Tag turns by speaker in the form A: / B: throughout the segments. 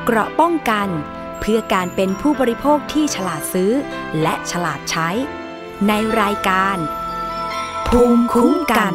A: เกราะป้องกันเพื่อการเป็นผู้บริโภคที่ฉลาดซื้อและฉลาดใช้ในรายการภูมิคุ้มกัน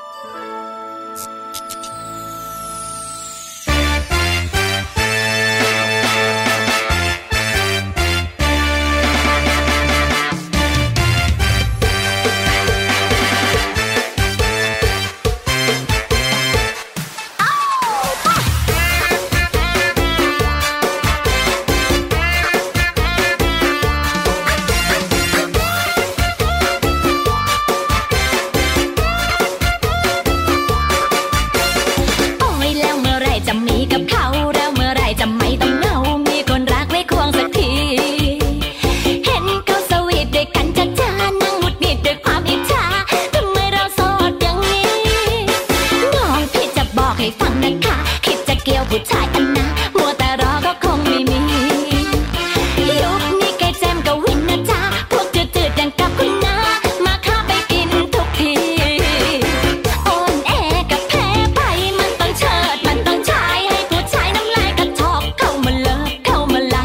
B: ผู้ชายอันนะมัวแต่รอก็คงไม่มียุคนี้แกแจมก็วินนะจ๊ะพวกจืดๆอย่างกับคุณน้ามาข้าไปกินทุกทีอ่อนแอกับแพ้ไปมันต้องเชิดมันต้องใช้ให้ผู้ชายน้ำลายกระชอกเข้ามาเลิกเข้ามาไล่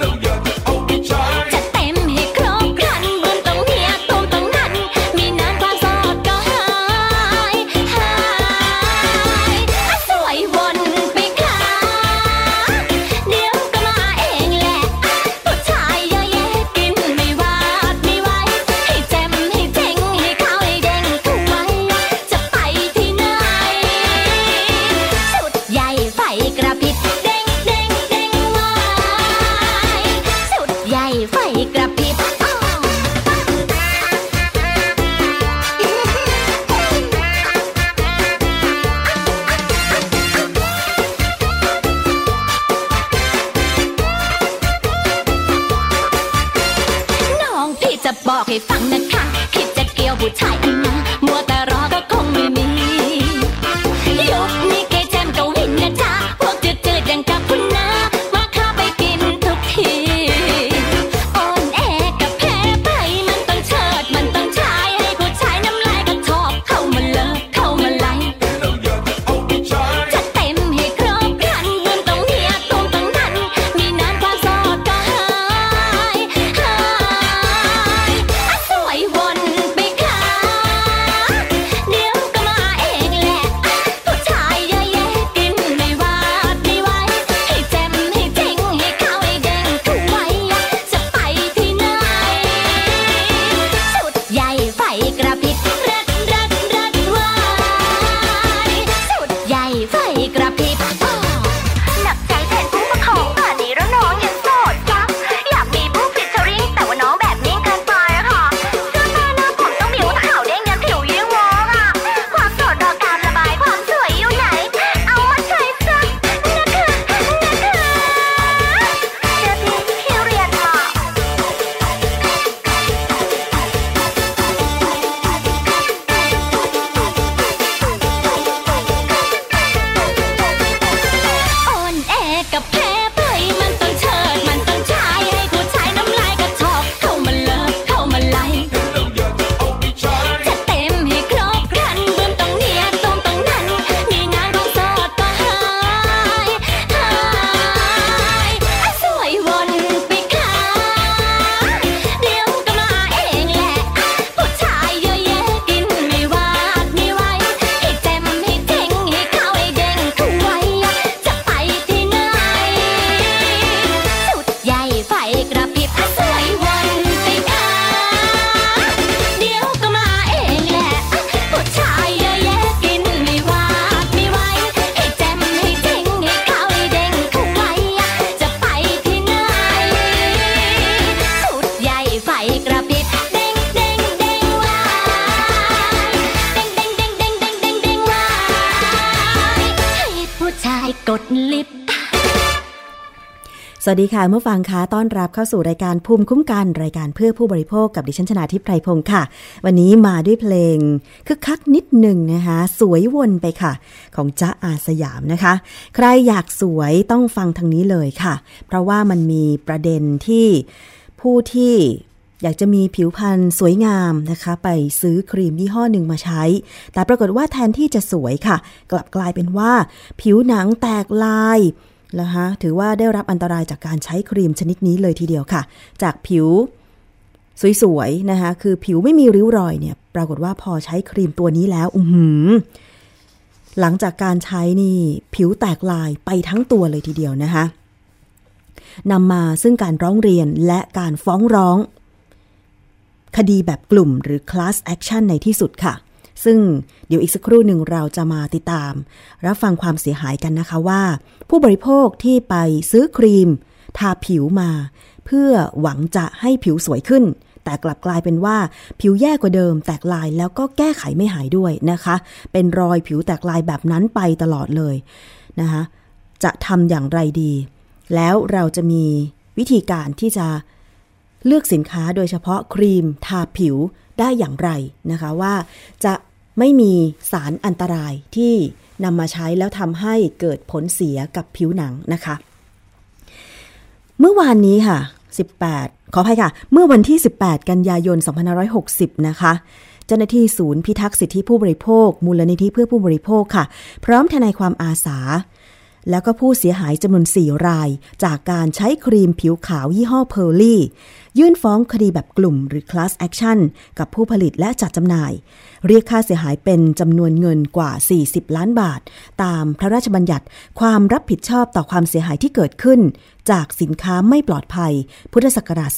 B: จะเต็มให้ครบครันบุญตรงเฮียตูมตรงนั้นมีน้ำความสดก็หายสวยวนบอกให้ฟังนะคะคิดจะเกี่ยวผู้ชายอันนะมัวแต่รอก็คงไม่มียุคนี้แกแจมก็วินนะจ๊ะพวกจืดๆอย่างกับคุณน้ามาข้าไปกินทุกทีอ่อนแอกับแพ้ไปมันต้องเชิดมันต้องใช้ให้ผู้ชายน้ำลายกระชอกเข้ามาเลิกเข้ามาไล่จะเต็มให้ครบครันบุญตรงเฮียตูมตรงนั้นมีน้ำความสดก็หายสวยวนไปค่ะเดี๋ยวก็มาเองแหละผู้ชายเยอะแยะกินไม่หวาดไม่ไหวให้แจมให้เจ๋งให้ขาวให้แดงทุกวัยจะไปที่ไหนสุดใหญ่ไฟกระพริบรัดไว้สุดใหญ่ไฟกระพริบหนักใจแทนผู้ปกครองป่านนี้แล้วน้องยังโสดจ้ะอยากมีผู้ฟิชเชอริ่งแต่ว่าน้องแบบนี้เกินไปอะค่ะเสื้อผ้าหน้าผมต้องบิ้วขาวเด้งยันผิวยิ่งวอกอะความโสดรอการระบายความสวยอยู่ไหนเอามาใช้ซะนะคะเดี๋ยวพี่เรียนมาอ่อนแอกับแพ้ไปมันต้องเชิดมันต้องใช้ให้ผู้ชายน้ำลายกระชอกเข้ามาเลิกเข้ามาไล่จะเต็มให้ครบครันบุญตรงเฮียตูมตรงนั้นมีงานของโสดก็หายสวยวนไปค่ะเดี๋ยวก็มาเองแหละผู้ชายเยอะแยะกินไม่หวาดไม่ไหวให้แจมให้เจ๋งให้ขาวให้แดงทุกวัยจะไปที่ไหนสุดใหญ่ไฟกระพริบสวยวนไปค่ะเดี๋ยวก็มาเองแหละผู้ชายเยอะแยะกินไม่หวาดไม่ไหวให้แจมให้เจ๋งให้ขาวให้แดงทุกวัยจะไปที่ไหนสุดใหญ่ไฟกระพริบเด้งไว้เด้งไว้ให้ผู้ชายกดลิฟต์
C: สวัสดีค่ะเมื่อฟังคะต้อนรับเข้าสู่รายการภูมิคุ้มกันรายการเพื่อผู้บริโภคกับดิฉันชนาทิพย์ไพรพงศ์ค่ะวันนี้มาด้วยเพลงคึกคักนิดหนึ่งนะคะสวยวนไปค่ะของจ๊ะอาสยามนะคะใครอยากสวยต้องฟังทางนี้เลยค่ะเพราะว่ามันมีประเด็นที่ผู้ที่อยากจะมีผิวพรรณสวยงามนะคะไปซื้อครีมยี่ห้อหนึ่งมาใช้แต่ปรากฏว่าแทนที่จะสวยค่ะกลับกลายเป็นว่าผิวหนังแตกลายแล้วฮะถือว่าได้รับอันตรายจากการใช้ครีมชนิดนี้เลยทีเดียวค่ะจากผิวสวยๆนะคะคือผิวไม่มีริ้วรอยเนี่ยปรากฏว่าพอใช้ครีมตัวนี้แล้วหลังจากการใช้นี่ผิวแตกลายไปทั้งตัวเลยทีเดียวนะคะนำมาซึ่งการร้องเรียนและการฟ้องร้องคดีแบบกลุ่มหรือ class action ในที่สุดค่ะซึ่งเดี๋ยวอีกสักครู่หนึ่งเราจะมาติดตามรับฟังความเสียหายกันนะคะว่าผู้บริโภคที่ไปซื้อครีมทาผิวมาเพื่อหวังจะให้ผิวสวยขึ้นแต่กลับกลายเป็นว่าผิวแย่กว่าเดิมแตกลายแล้วก็แก้ไขไม่หายด้วยนะคะเป็นรอยผิวแตกลายแบบนั้นไปตลอดเลยนะคะจะทำอย่างไรดีแล้วเราจะมีวิธีการที่จะเลือกสินค้าโดยเฉพาะครีมทาผิวได้อย่างไรนะคะว่าจะไม่มีสารอันตรายที่นำมาใช้แล้วทำให้เกิดผลเสียกับผิวหนังนะคะเมื่อวานนี้ค่ะขออภัยค่ะเมื่อวันที่18กันยายน2560นะคะเจ้าหน้าที่ศูนย์พิทักษ์สิทธิผู้บริโภคมูลนิธิเพื่อผู้บริโภคค่ะพร้อมทนายความอาสาแล้วก็ผู้เสียหายจำนวน4รายจากการใช้ครีมผิวขาวยี่ห้อเพอร์ลี่ยื่นฟ้องคดีแบบกลุ่มหรือ class action กับผู้ผลิตและจัดจำหน่ายเรียกค่าเสียหายเป็นจำนวนเงินกว่า40ล้านบาทตามพระราชบัญญัติความรับผิดชอบต่อความเสียหายที่เกิดขึ้นจากสินค้าไม่ปลอดภัยพุทธศักราช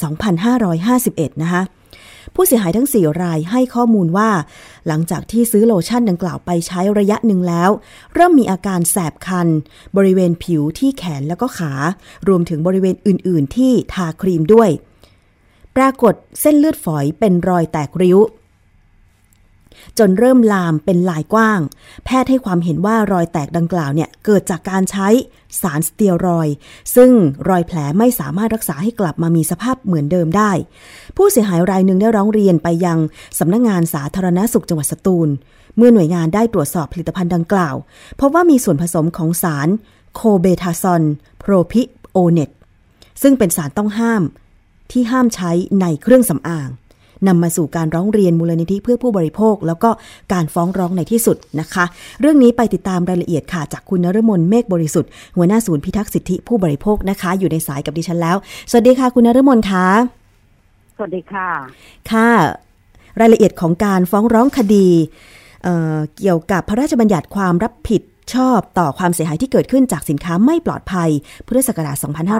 C: 2551นะคะผู้เสียหายทั้ง4รายให้ข้อมูลว่าหลังจากที่ซื้อโลชั่นดังกล่าวไปใช้ระยะหนึ่งแล้วเริ่มมีอาการแสบคันบริเวณผิวที่แขนแล้วก็ขารวมถึงบริเวณอื่นๆที่ทาครีมด้วยปรากฏเส้นเลือดฝอยเป็นรอยแตกริ้วจนเริ่มลามเป็นลายกว้างแพทย์ให้ความเห็นว่ารอยแตกดังกล่าวเนี่ยเกิดจากการใช้สารสเตียรอยด์ซึ่งรอยแผลไม่สามารถรักษาให้กลับมามีสภาพเหมือนเดิมได้ผู้เสียหายรายหนึ่งได้ร้องเรียนไปยังสำนักงานสาธารณสุขจังหวัดสตูลเมื่อหน่วยงานได้ตรวจสอบผลิตภัณฑ์ดังกล่าวพบว่ามีส่วนผสมของสารโคเบทาซอนโพรพิโอเนตซึ่งเป็นสารต้องห้ามที่ห้ามใช้ในเครื่องสำอางนำมาสู่การร้องเรียนมูลนิธิเพื่อผู้บริโภคแล้วก็การฟ้องร้องในที่สุดนะคะเรื่องนี้ไปติดตามรายละเอียดค่ะจากคุณนฤมลเมฆบริสุทธิ์หัวหน้าศูนย์พิทักษ์สิทธิผู้บริโภคนะคะอยู่ในสายกับดิฉันแล้วสวัสดีค่ะคุณนฤมลค่ะ
D: สวัสดีค่ะ
C: ค่ะรายละเอียดของการฟ้องร้องคดีเกี่ยวกับพระราชบัญญัติความรับผิดชอบต่อความเสียหายที่เกิดขึ้นจากสินค้าไม่ปลอดภัยพุทธศักราช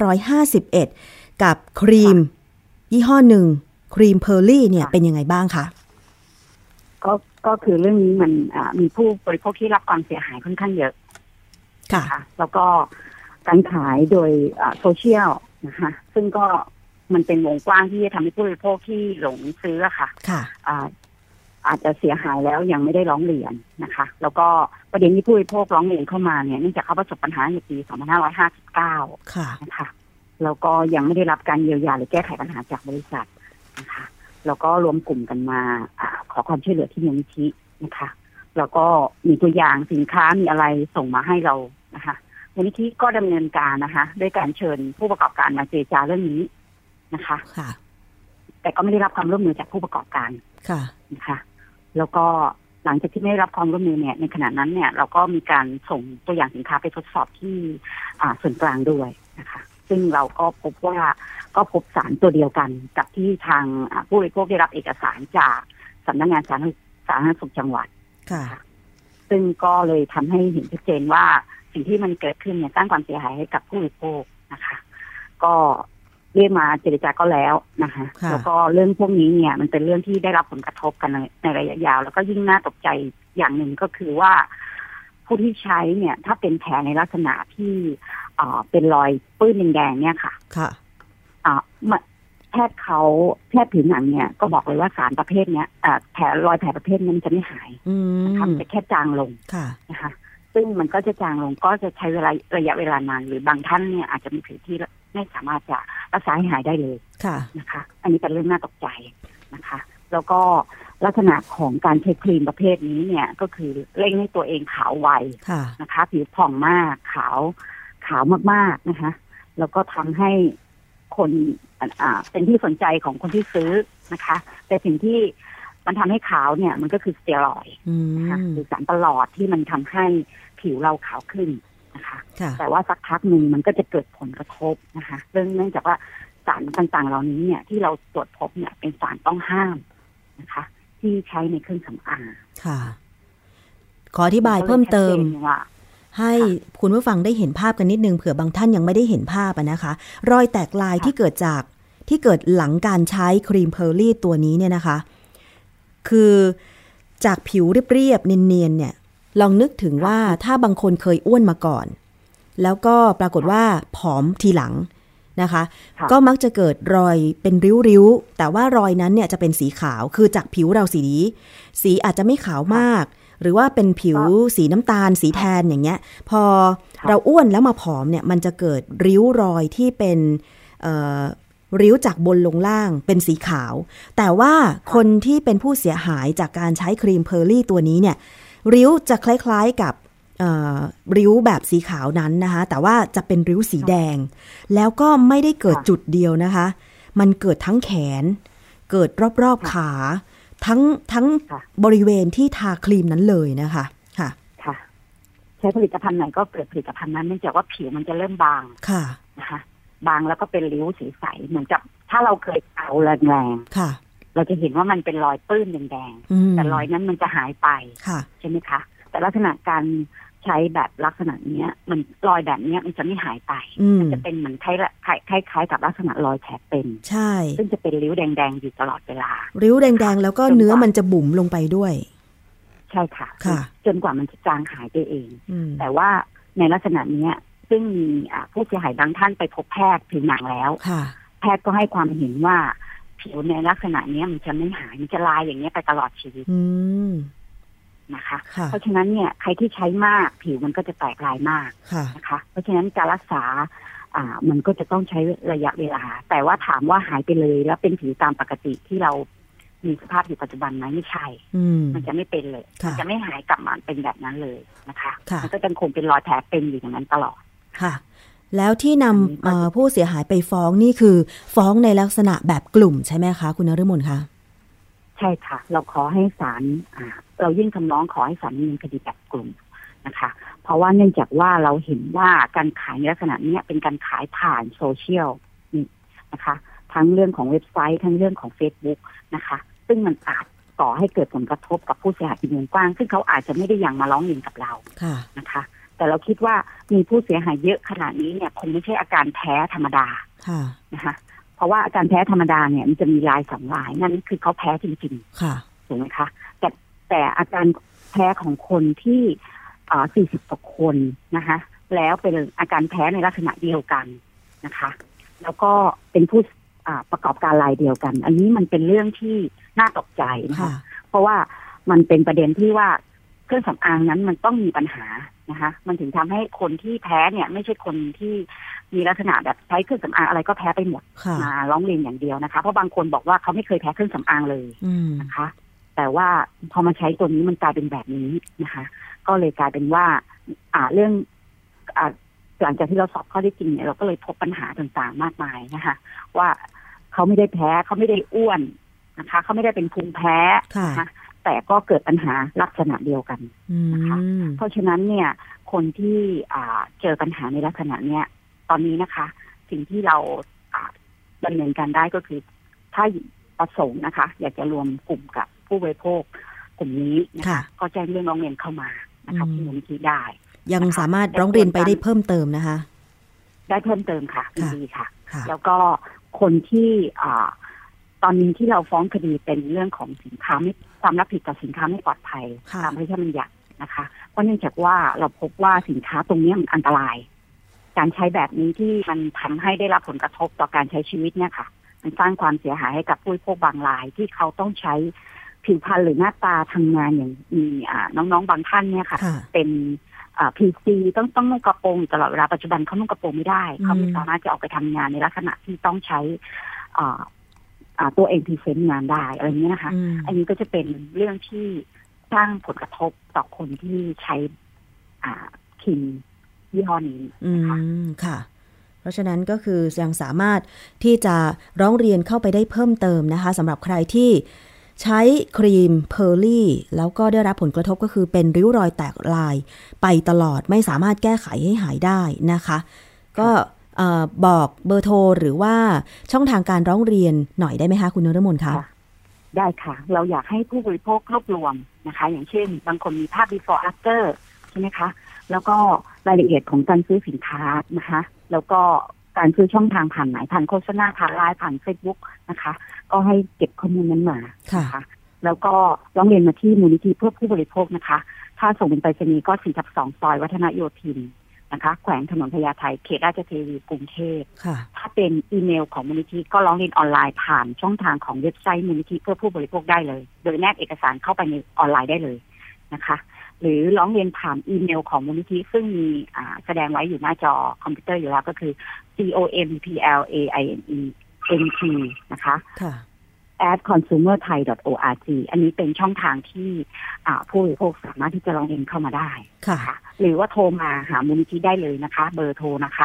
C: 2551กับครีมยี่ห้อหนึ่งครีมเพอร์ลี่เนี่ยเป็นยังไงบ้างคะ
D: ก็คือเรื่องนี้มันมีผู้บริโภคที่รับความเสียหายค่อนข้างเยอะ
C: ค่ะ
D: แล้วก็การขายโดยโซเชียลนะคะซึ่งก็มันเป็นวงกว้างที่จะทำให้ผู้บริโภคที่หลงซื้อค่ะอาจจะเสียหายแล้วยังไม่ได้ร้องเรียนนะคะแล้วก็ประเด็นที่ผู้บริโภคร้องเรียนเข้ามาเนี่ยเนื่องจากเขาประสบปัญหาในปี2559นะคะแล้วก็ยังไม่ได้รับการเยียวยาหรือแก้ไขปัญหาจากบริษัทนะคะแล้วก็รวมกลุ่มกันมาขอความช่วยเหลือที่มูลนิธินะคะแล้วก็มีตัวอย่างสินค้ามีอะไรส่งมาให้เรานะคะมูลนิธิก็ดำเนินการนะคะด้วยการเชิญผู้ประกอบการมาเจรจาเรื่องนี้นะคะแต่ก็ไม่ได้รับความร่วมมือจากผู้ประกอบการนะคะแล้วก็หลังจากที่ไม่ได้รับความร่วมมือเนี่ยในขณะนั้นเนี่ยเราก็มีการส่งตัวอย่างสินค้าไปทดสอบที่ส่วนกลางด้วยนะคะซึ่งเราก็พบว่าก็พบสารตัวเดียวกันกับที่ทางผู้บริโภคได้รับเอกสารจากสำนักงานสาธารณสุขจังหวัดซึ่งก็เลยทำให้เห็นชัดเจนว่าสิ่งที่มันเกิดขึ้นเนี่ยสร้างความเสียหายให้กับผู้บริโภคนะคะก็เรียกมาเจรจาก็แล้วนะคะแล้วก็เรื่องพวกนี้เนี่ยมันเป็นเรื่องที่ได้รับผลกระทบกันในระยะยาวแล้วก็ยิ่งน่าตกใจอย่างหนึ่งก็คือว่าผู้ที่ใช้เนี่ยถ้าเป็นแผลในลักษณะที่เป็นรอยปื้นแดงๆเนี่ยค่ะแพทย์ผิวหนังเนี่ยก็บอกเลยว่าสารประเภทเนี้ยรอยแผลประเภทนี้มันจะไม่หายนะคะจะแค่จางลงนะคะซึ่งมันก็จะจางลงก็จะใช้ระยะเวลานานหรือบางท่านเนี่ยอาจจะมีผิวที่ไม่สามารถจะรักษาให้หายได้เลยนะคะอันนี้เป็นเรื่องน่าตกใจนะคะแล้วก็ลักษณะของการใช้ครีมประเภทนี้เนี่ยก็คือเร่งให้ตัวเองขาวไวนะคะผิวผ่องมากขาวมากๆนะคะแล้วก็ทำให้คนเป็นที่สนใจของคนที่ซื้อนะคะแต่สิ่งที่มันทำให้ขาวเนี่ยมันก็คือสเตียรอยด์นะคะหรือสารประหลอดที่มันทำให้ผิวเราขาวขึ้นนะคะแต่ว่าสักพักหนึ่งมันก็จะเกิดผลกระทบนะคะเนื่องจากว่าสารต่างๆเหล่านี้เนี่ยที่เราตรวจพบเนี่ยเป็นสารต้องห้ามนะคะที่ใช้ในเครื่องสำอาง
C: ค่ะขออธิบายเพิ่มเติมให้คุณผู้ฟังได้เห็นภาพกันนิดนึงเผื่อบางท่านยังไม่ได้เห็นภาพนะคะรอยแตกลายที่เกิดหลังการใช้ครีมเพอร์ลี่ตัวนี้เนี่ยนะคะคือจากผิวเรียบๆเนียนๆเนี่ยลองนึกถึงว่าถ้าบางคนเคยอ้วนมาก่อนแล้วก็ปรากฏว่าผอมทีหลังนะคะก็มักจะเกิดรอยเป็นริ้วๆแต่ว่ารอยนั้นเนี่ยจะเป็นสีขาวคือจากผิวเราสีอาจจะไม่ขาวมากหรือว่าเป็นผิวสีน้ำตาลสีแทนอย่างเงี้ยพอเราอ้วนแล้วมาผอมเนี่ยมันจะเกิดริ้วรอยที่เป็นริ้วจากบนลงล่างเป็นสีขาวแต่ว่าคนที่เป็นผู้เสียหายจากการใช้ครีมเพอร์ลี่ตัวนี้เนี่ยริ้วจะคล้ายๆกับริ้วแบบสีขาวนั้นนะคะแต่ว่าจะเป็นริ้วสีแดงแล้วก็ไม่ได้เกิดจุดเดียวนะคะมันเกิดทั้งแขนเกิดรอบๆขาทั้งบริเวณที่ทาครีมนั้นเลยนะคะค่ะ
D: ใช้ผลิตภัณฑ์ไหนก็เกิดผลิตภัณฑ์นั้นเนื่องจากว่าผิวมันจะเริ่มบางนะคะบางแล้วก็เป็นริ้วสีใสเหมือนกับถ้าเราเคยเกาแรงๆเราจะเห็นว่ามันเป็นรอยปื้นแดงๆแต่รอยนั้นมันจะหายไปใช่ไหมคะแต่ลักษณะการใช้แบบลักษณะนี้มันรอยแบบนี้มันจะไม่หายไปมันจะเป็นเหมือนคล้ายกับลักษณะรอยแผลเป็น
C: ใช่
D: ซึ่งจะเป็นริ้วแดงๆอยู่ตลอดเวลา
C: ริ้วแดงๆแล้วก็เนื้อมันจะบุ๋มลงไปด้วย
D: ใช่ค่ะจนกว่ามันจะจางหายไปเองแต่ว่าในลักษณะนี้ซึ่งมีผู้เสียหายบางท่านไปพบแพทย์ผิวหนังแล้วแพทย์ก็ให้ความเห็นว่าผิวในลักษณะนี้มันจะไม่หายมันจะลายอย่างนี้ไปตลอดชีวิตนะคะเพราะฉะนั้นเนี่ยใครที่ใช้มากผิวมันก็จะแตกลายมากนะคะเพราะฉะนั้นการรักษามันก็จะต้องใช้ระยะเวลาแต่ว่าถามว่าหายไปเลยแล้วเป็นผิวตามปกติที่เรามีสภาพอยู่ปัจจุบันไหมไม่ใช่มันจะไม่เป็นเลยมันจะไม่หายกลับมาเป็นแบบนั้นเลยนะคะมันก็ยังคงเป็นรอยแผลเป็นอยู่อย่างนั้นตลอด
C: ค่ะแล้วที่นำผู้เสียหายไปฟ้องนี่คือฟ้องในลักษณะแบบกลุ่มใช่ไหมคะคุณนฤมลคะ
D: ใช่ค่ะเราขอให้ศาลเรายื่นคำร้องขอให้ศาลดำเนินคดีแบบกลุ่มนะคะเพราะว่าเนื่องจากว่าเราเห็นว่าการขายในลักษณะนี้เป็นการขายผ่านโซเชียลนี่นะคะทั้งเรื่องของเว็บไซต์ทั้งเรื่องของ Facebook นะคะซึ่งมันอาจก่อให้เกิดผลกระทบกับผู้เสียหายเป็นวงกว้างซึ่งเขาอาจจะไม่ได้ยังมาร้องเรียนกับเรานะคะแต่เราคิดว่ามีผู้เสียหายเยอะขนาดนี้เนี่ยคงไม่ใช่อาการแพ้ธรรมดานะคะเพราะว่าอาการแพ้ธรรมดาเนี่ยมันจะมีลาย2ลายนั่นคือเขาแพ้จริงๆถูกไหมคะแต่อาการแพ้ของคนที่40 กว่าคนนะคะแล้วเป็นอาการแพ้ในลักษณะเดียวกันนะคะแล้วก็เป็นผู้ประกอบการรายเดียวกันอันนี้มันเป็นเรื่องที่น่าตกใจนะคะเพราะว่ามันเป็นประเด็นที่ว่าเครื่องสำอางนั้นมันต้องมีปัญหานะคะมันถึงทำให้คนที่แพ้เนี่ยไม่ใช่คนที่มีลักษณะแบบใช้เครื่องสำอางอะไรก็แพ้ไปหมดมาร้องเรียนอย่างเดียวนะคะเพราะบางคนบอกว่าเขาไม่เคยแพ้เครื่องสำอางเลยนะคะแต่ว่าพอมาใช้ตัวนี้มันกลายเป็นแบบนี้นะคะก็เลยกลายเป็นว่าเรื่องหลังจากที่เราสอบข้อได้จริงเนี่ยเราก็เลยพบปัญหาต่างๆมากมายนะคะว่าเขาไม่ได้แพ้เขาไม่ได้อ้วนนะคะเขาไม่ได้เป็นภูมิแพ้นะคะแต่ก็เกิดปัญหาลักษณะเดียวกันนะคะเพราะฉะนั้นเนี่ยคนที่เจอปัญหาในลักษณะเนี้ยตอนนี้นะคะสิ่งที่เราดำเนินการได้ก็คือถ้าประสงค์นะคะอยากจะรวมกลุ่มกับผู้บริโภคกลุ่มนี้นะคะก็แจ้งเรื่องร้องเรียนเข้ามานะคะที่มูลนิธิได้
C: ยังสามารถร้องเรียนไปได้เพิ่มเติมนะคะ
D: ได้เพิ่มเติมค่ะดีค่ะแล้วก็คนที่ตอนนี้ที่เราฟ้องคดีเป็นเรื่องของสินค้าไม่ความรับผิดต่อสินค้าไม่ปลอดภัยตามพระราชบัญญัตินะคะเพราะเนื่องจากว่าเราพบว่าสินค้าตรงนี้มันอันตรายการใช้แบบนี้ที่มันทำให้ได้รับผลกระทบต่อการใช้ชีวิตเนี่ยค่ะมันสร้างความเสียหายให้กับผู้บริโภคบางรายที่เขาต้องใช้ผิวพรรณหรือหน้าตาทำงานอย่างมีน้องๆบางท่านเนี่ยค่ะเป็นPC ต้องนุ่งกระโปรงตลอดเวลาปัจจุบันเขานุ่งกระโปรงไม่ได้เขาไม่สามารถจะออกไปทำงานในลักษณะที่ต้องใช้ตัวเองพรีเซนต์งานได้อะไรเงี้ยนะคะอันนี้ก็จะเป็นเรื่องที่สร้างผลกระทบต่อคนที่ใช้ครีมยี่ห้อนี้
C: ค่ะเพราะฉะนั้นก็คือยังสามารถที่จะร้องเรียนเข้าไปได้เพิ่มเติมนะคะสำหรับใครที่ใช้ครีมเพอร์ลี่แล้วก็ได้รับผลกระทบก็คือเป็นริ้วรอยแตกลายไปตลอดไม่สามารถแก้ไขให้หายได้นะคะก็บอกเบอร์โทรหรือว่าช่องทางการร้องเรียนหน่อยได้ไหมคะคุณนฤมลคะ
D: ได้ค่ะเราอยากให้ผู้บริโภครวบรวมนะคะอย่างเช่นบางคนมีภาพ before after ใช่ไหมคะแล้วก็รายละเอียดของการซื้อสินค้านะคะแล้วก็การซื้อช่องทางผ่านไหนผ่านโฆษณาผ่านไลน์ผ่าน Facebook นะคะก็ให้เก็บข้อมูลนั้นมานะคะแล้วก็ร้องเรียนมาที่มูลนิธิเพื่อผู้บริโภคนะคะถ้าส่งเป็นไปรษณีย์ก็4/2 ซอยวัฒนโยธินนะคะแขวงถนนพญาไทเขตราชเทวีกรุงเทพถ้าเป็นอีเมลของมูลนิธิก็ร้องเรียนออนไลน์ผ่านช่องทางของเว็บไซต์มูลนิธิเพื่อผู้บริโภคได้เลยโดยแนบเอกสารเข้าไปในออนไลน์ได้เลยนะคะหรือร้องเรียนผ่านอีเมลของมูลนิธิซึ่งมีแสดงไว้อยู่หน้าจอคอมพิวเตอร์อยู่แล้วก็คือ complaint นะคะ@consumerthai.org อันนี้เป็นช่องทางที่ผู้บริโภคสามารถที่จะร้องเรียนเข้ามาได้ค่ะหรือว่าโทรมาหามูลนิธิได้เลยนะคะเบอร์โทรนะคะ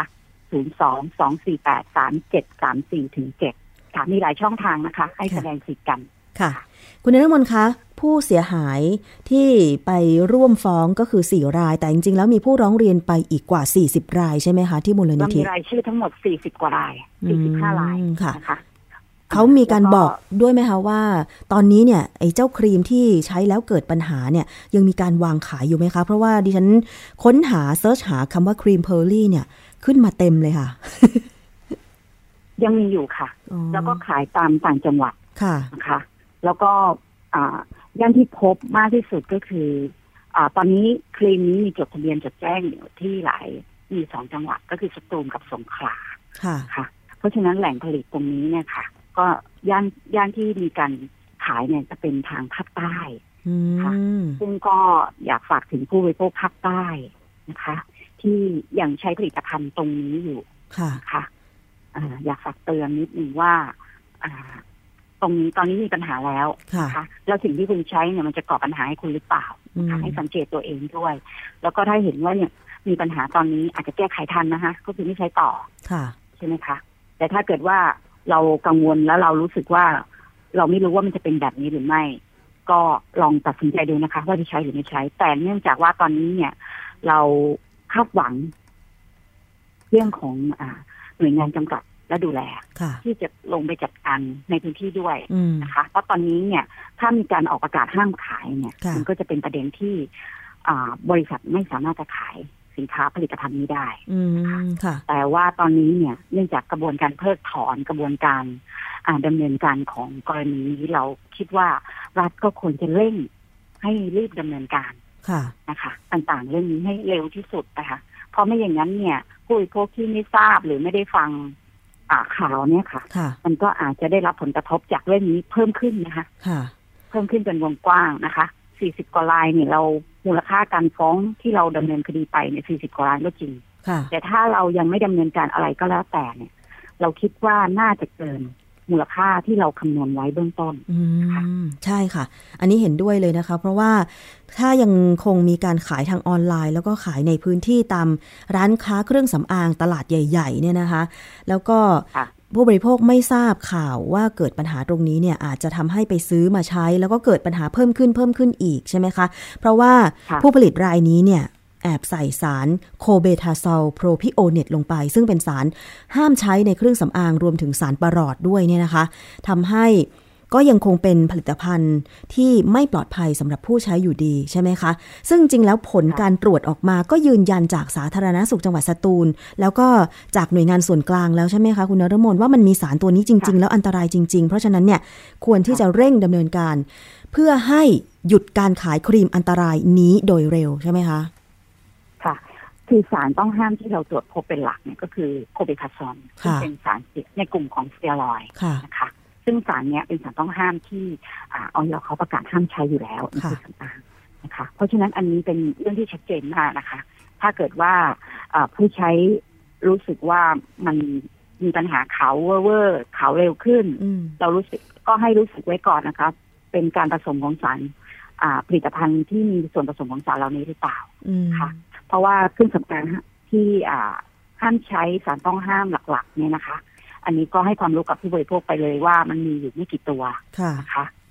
D: 02-248-3734-7ค่ะมีหลายช่องทางนะคะให้แสดงสิทธิ์กัน
C: ค่ะคุณนฤมลคะผู้เสียหายที่ไปร่วมฟ้องก็คือ4 รายแต่จริงๆแล้วมีผู้ร้องเรียนไปอีกกว่า40 รายใช่ไหมคะที่มูลนิธิ
D: มีรายชื่อทั้งหมด40 กว่าราย45 รายนะคะ
C: เขามีการบอกด้วยไหมคะว่าตอนนี้เนี่ยไอ้เจ้าครีมที่ใช้แล้วเกิดปัญหาเนี่ยยังมีการวางขายอยู่ไหมคะเพราะว่าดิฉันค้นหาเซิร์ชหาคำว่าครีมเพอร์ลี่เนี่ยขึ้นมาเต็มเลยค่ะ
D: ยังมีอยู่ค่ะแล้วก็ขายตามต่างจังหวัดนะคะแล้วก็ย่านที่พบมากที่สุดก็คือตอนนี้ครีมนี้มีจดทะเบียนจดแจ้งอยู่ที่มี2 จังหวัดก็คือสตูลกับสงขลาค่ะเพราะฉะนั้นแหล่งผลิตตรงนี้เนี่ยค่ะก็ย่านที่มีการขายเนี่ยจะเป็นทางภาคใต้ค่ะซึ่งก็อยากฝากถึงผู้บริโภคภาคใต้นะคะที่ยังใช้ผลิตภัณฑ์ตรงนี้อยู่ค่ะอยากฝากเตือนนิดนึงว่าตรงนี้ตอนนี้มีปัญหาแล้วนะคะแล้วสิ่งที่คุณใช้เนี่ยมันจะก่อปัญหาให้คุณหรือเปล่านะคะให้สังเกตตัวเองด้วยแล้วก็ถ้าเห็นว่าเนี่ยมีปัญหาตอนนี้อาจจะแก้ไขทันนะคะก็คือไม่ใช้ต่อใช่ไหมคะแต่ถ้าเกิดว่าเรากังวลแล้วเรารู้สึกว่าเราไม่รู้ว่ามันจะเป็นแบบนี้หรือไม่ก็ลองตัดสินใจดูนะคะว่าจะใช้หรือไม่ใช้แต่เนื่องจากว่าตอนนี้เนี่ยเราคาดหวังเรื่องของหน่วยงานกำกับและดูแลที่จะลงไปจัดการในพื้นที่ด้วยนะคะเพราะตอนนี้เนี่ยถ้ามีการออกประกาศห้ามขายเนี่ยมันก็จะเป็นประเด็นที่บริษัทไม่สามารถจะขายสินค้าผลิตภัณฑ์นี้ได้แต่ว่าตอนนี้เนี่ยเนื่องจากกระบวนการเพิกถอนกระบวนการดำเนินการของกรณีนี้เราคิดว่ารัฐก็ควรจะเร่งให้รีบดำเนินการนะคะต่างๆเรื่องนี้ให้เร็วที่สุดนะคะเพราะไม่อย่างนั้นเนี่ยผู้บริโภคที่ไม่ทราบหรือไม่ได้ฟังข่าวเนี่ยค่ะมันก็อาจจะได้รับผลกระทบจากเรื่องนี้เพิ่มขึ้นนะคะเพิ่มขึ้นเป็นวงกว้างนะคะ40 กว่ารายเนี่ยเรามูลค่าการฟ้องที่เราดำเนินคดีไปเนี่ย40 กว่ารายก็จริงแต่ถ้าเรายังไม่ดำเนินการอะไรก็แล้วแต่เนี่ยเราคิดว่าน่าจะเกินมูลค่าที่เราคำนวณไว้เบื้องต้น
C: ใช่ค่ะอันนี้เห็นด้วยเลยนะคะเพราะว่าถ้ายังคงมีการขายทางออนไลน์แล้วก็ขายในพื้นที่ตามร้านค้าเครื่องสำอางตลาดใหญ่ๆเนี่ยนะคะแล้วก็ผู้บริโภคไม่ทราบข่าวว่าเกิดปัญหาตรงนี้เนี่ยอาจจะทำให้ไปซื้อมาใช้แล้วก็เกิดปัญหาเพิ่มขึ้นอีกใช่ไหมคะเพราะว่าผู้ผลิตรายนี้เนี่ยแอบใส่สารโคเบทาซอลโพรพิโอเนตลงไปซึ่งเป็นสารห้ามใช้ในเครื่องสำอางรวมถึงสารปรอดด้วยเนี่ยนะคะทำให้ก็ยังคงเป็นผลิตภัณฑ์ที่ไม่ปลอดภัยสำหรับผู้ใช้อยู่ดีใช่ไหมคะซึ่งจริงแล้วผลการตรวจออกมาก็ยืนยันจากสาธารณสุขจังหวัดสตูลแล้วก็จากหน่วยงานส่วนกลางแล้วใช่ไหมคะคุณนฤมลว่ามันมีสารตัวนี้จริงๆแล้วอันตรายจริงๆเพราะฉะนั้นเนี่ยควรที่จะเร่งดำเนินการเพื่อให้หยุดการขายครีมอันตรายนี้โดยเร็วใช่ไหมคะ
D: คือสารต้องห้ามที่เราตรวจพบเป็นหลักเนี่ยก็คือโคเบทาซอลที่เป็นสารในกลุ่มของสเตียรอยด์นะคะซึ่งสารเนี้ยเป็นสารต้องห้ามที่อย.เขาประกาศห้ามใช้อยู่แล้วในเครื่องสำอางนะคะเพราะฉะนั้นอันนี้เป็นเรื่องที่ชัดเจนมากนะคะถ้าเกิดว่าผู้ใช้รู้สึกว่ามันมีปัญหาขาวเวอร์ขาวเร็วขึ้นเรารู้สึกก็ให้รู้สึกไว้ก่อนนะคะเป็นการผสมของสารผลิตภัณฑ์ที่มีส่วนผสมของสารเหล่านี้หรือเปล่าค่ะเพราะว่าเครื่องสำอางที่ห้ามใช้สารต้องห้ามหลักๆเนี่ยนะคะอันนี้ก็ให้ความรู้กับผู้บริโภคไปเลยว่ามันมีอยู่ไม่กี่ตัวนะคะ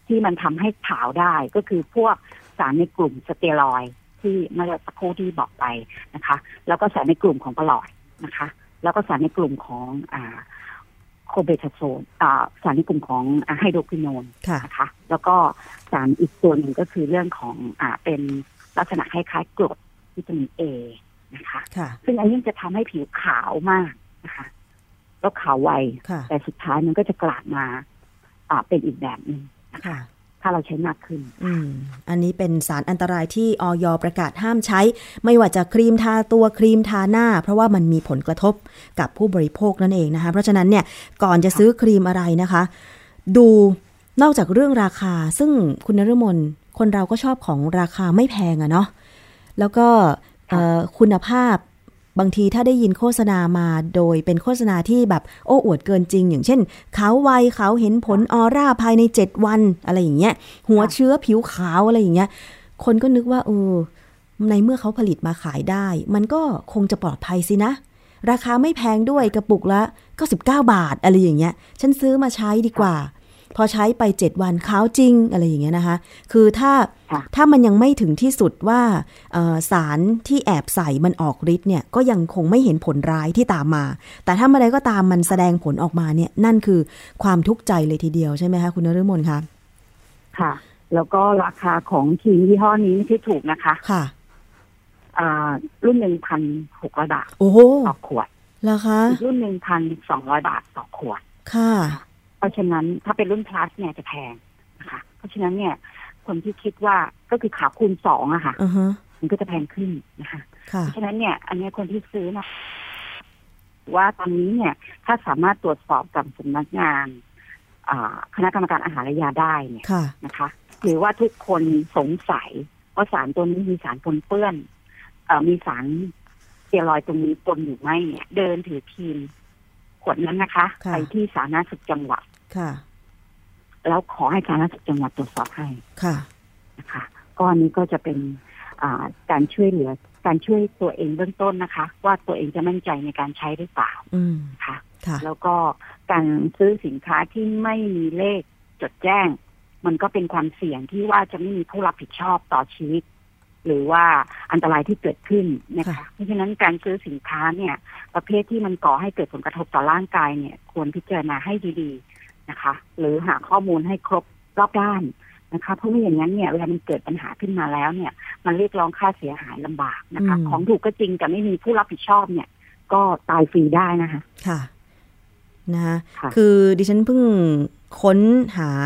D: ที่มันทำให้ขาวได้ก็คือพวกสารในกลุ่มสเตียรอยด์ที่เมื่อสักครู่ที่บอกไปนะคะแล้วก็สารในกลุ่มของปลอดนะคะแล้วก็สารในกลุ่มของโคเบทาโซนสารในกลุ่มของไฮโดรควิโนนนะคะแล้วก็สารอีกตัวหนึ่งก็คือเรื่องของเป็นลักษณะคล้ายๆกรดวิตามิน A นะคะซึ่งอันนี้จะทำให้ผิวขาวมากนะคะแล้วขาวไวแต่สุดท้ายมันก็จะกลับมาเป็นอีกแบบนึงนะคะถ้าเราใช้มากขึ้น
C: อันนี้เป็นสารอันตรายที่อย.ประกาศห้ามใช้ไม่ว่าจะครีมทาตัวครีมทาหน้าเพราะว่ามันมีผลกระทบกับผู้บริโภคนั่นเองนะคะเพราะฉะนั้นเนี่ยก่อนจะซื้อครีมอะไรนะคะดูนอกจากเรื่องราคาซึ่งคุณนฤมลคนเราก็ชอบของราคาไม่แพงอะเนาะแล้วก็คุณภาพบางทีถ้าได้ยินโฆษณามาโดยเป็นโฆษณาที่แบบโอ้อวดเกินจริงอย่างเช่นขาวไวขาวเห็นผลออร่าภายใน7วันอะไรอย่างเงี้ยหัวเชื้อผิวขาวอะไรอย่างเงี้ยคนก็นึกว่าในเมื่อเขาผลิตมาขายได้มันก็คงจะปลอดภัยสินะราคาไม่แพงด้วยกระปุกละ99 บาทอะไรอย่างเงี้ยฉันซื้อมาใช้ดีกว่าพอใช้ไป7วันขาวจริงอะไรอย่างเงี้ยนะคะคือถ้ามันยังไม่ถึงที่สุดว่าสารที่แอบใส่มันออกฤทธิ์เนี่ยก็ยังคงไม่เห็นผลร้ายที่ตามมาแต่ถ้าเมื่อใดก็ตามมันแสดงผลออกมาเนี่ยนั่นคือความทุกข์ใจเลยทีเดียวใช่ไหมคะคุณนฤมลคะ
D: ค่ะแล้วก็ราคาของครีมยี่ห้อนี้ไม่ใช่ถูกนะคะ
C: ค่ะ
D: รุ่น 1,600 บาทต่อขวด
C: แล้วคะ
D: รุ่น 1,200 บาทต่อขวด
C: ค่ะ
D: เพราะฉะนั้นถ้าเป็นรุ่น plus เนี่ยจะแพงนะคะเพราะฉะนั้นเนี่ยคนที่คิดว่าก็คือขาวคูณ2อะค่ะมันก็จะแพงขึ้นนะคะเพราะฉะนั้นเนี่ยอันนี้คนที่ซื้อนะว่าตอนนี้เนี่ยถ้าสามารถตรวจสอบกับสำนักงานคณะกรรมการอาหารและยาได้เนี่ยนะคะหรือว่าทุกคนสงสัยว่าสารตัวนี้มีสารปนเปื้อนมีสารสเตียรอยด์ตรงนี้ปนอยู่ไหมเนี่ยเดินถือครีมขวดนั้นนะคะไปที่สาธารณสุขจังหวัดแล้วขอให้สาธารณสุขจังหวัดตรวจสอบให้นะคะก็อันนี้ก็จะเป็นการช่วยเหลือการช่วยตัวเองเบื้องต้นนะคะว่าตัวเองจะมั่นใจในการใช้หรือเปล่าค่ะแล้วก็การซื้อสินค้าที่ไม่มีเลขจดแจ้งมันก็เป็นความเสี่ยงที่ว่าจะไม่มีผู้รับผิดชอบต่อชีวิตหรือว่าอันตรายที่เกิดขึ้นนะคะเพราะฉะนั้นการซื้อสินค้าเนี่ยประเภทที่มันก่อให้เกิดผลกระทบต่อร่างกายเนี่ยควรพิจารณาให้ดีๆนะคะหรือหาข้อมูลให้ครบรอบด้านนะคะเพราะไม่อย่างนั้นเนี่ยเวลามันเกิดปัญหาขึ้นมาแล้วเนี่ยมันเรียกร้องค่าเสียหายลำบากนะคะของถูกก็จริงแต่ไม่มีผู้รับผิดชอบเนี่ยก็ตายฟรีได้นะคะ
C: ค่ะนะคะคือดิฉันเพิ่งค้นหา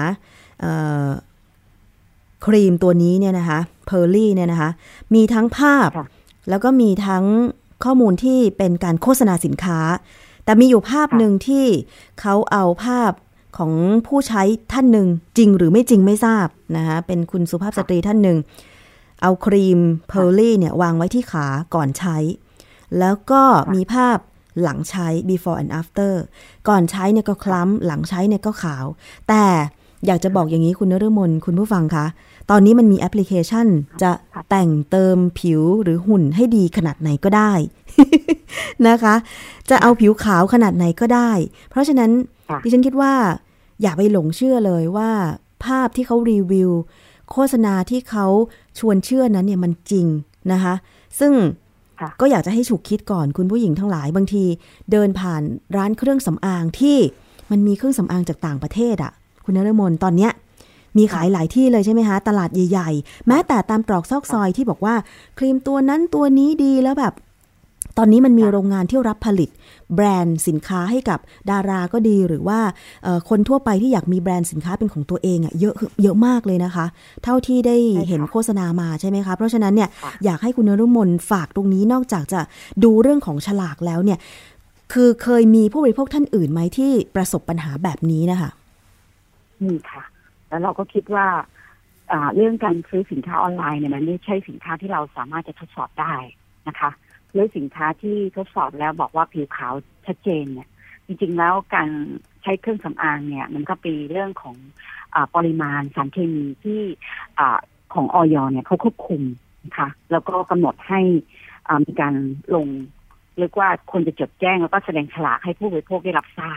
C: ครีมตัวนี้เนี่ยนะคะเพอร์ลี่เนี่ยนะคะมีทั้งภาพแล้วก็มีทั้งข้อมูลที่เป็นการโฆษณาสินค้าแต่มีอยู่ภาพหนึ่งที่เขาเอาภาพของผู้ใช้ท่านหนึ่งจริงหรือไม่จริงไม่ทราบนะคะเป็นคุณสุภาพสตรีท่านหนึ่งเอาครีมเพอร์ลี่เนี่ยวางไว้ที่ขาก่อนใช้แล้วก็มีภาพหลังใช้ before and after ก่อนใช้เนี่ยก็คล้ำหลังใช้เนี่ยก็ขาวแต่อยากจะบอกอย่างนี้คุณนฤมลคุณผู้ฟังคะตอนนี้มันมีแอปพลิเคชันจะแต่งเติมผิวหรือหุ่นให้ดีขนาดไหนก็ได้ นะคะจะเอาผิวขาวขนาดไหนก็ได้เพราะฉะนั้นดิฉันคิดว่าอย่าไปหลงเชื่อเลยว่าภาพที่เขารีวิวโฆษณาที่เขาชวนเชื่อนั้นเนี่ยมันจริงนะคะซึ่งก็อยากจะให้ฉุกคิดก่อนคุณผู้หญิงทั้งหลายบางทีเดินผ่านร้านเครื่องสำอางที่มันมีเครื่องสำอางจากต่างประเทศอ่ะคุณนฤมลตอนเนี้ยมีขายหลายที่เลยใช่ไหมคะตลาดใหญ่ๆแม้แต่ตามตรอกซอกซอยที่บอกว่าครีมตัวนั้นตัวนี้ดีแล้วแบบตอนนี้มันมีโรงงานที่รับผลิตแบรนด์สินค้าให้กับดาราก็ดีหรือว่าคนทั่วไปที่อยากมีแบรนด์สินค้าเป็นของตัวเองอ่ะเยอะมากเลยนะคะเท่าที่ได้เห็นโฆษณามาใช่ไหมคะเพราะฉะนั้นเนี่ยอยากให้คุณนฤมลฝากตรงนี้นอกจากจะดูเรื่องของฉลากแล้วเนี่ยคือเคยมีผู้บริโภคท่านอื่นไหมที่ประสบปัญหาแบบนี้นะคะ
D: นี่ค่ะแล้วเราก็คิดว่าเรื่องการซื้อสินค้าออนไลน์เนี่ยมันไม่ใช่สินค้าที่เราสามารถจะทดสอบได้นะคะหรือสินค้าที่ทดสอบแล้วบอกว่าผิวขาวชัดเจนเนี่ยจริงๆแล้วการใช้เครื่องสำอางเนี่ยมันก็เป็นเรื่องของปริมาณสารเคมีที่ของอย.เนี่ยเขาควบคุมนะคะแล้วก็กำหนดให้มีการลงเรียกว่าควรจะจดแจ้งแล้วก็แสดงฉลากให้ผู้บริโภคได้รับทราบ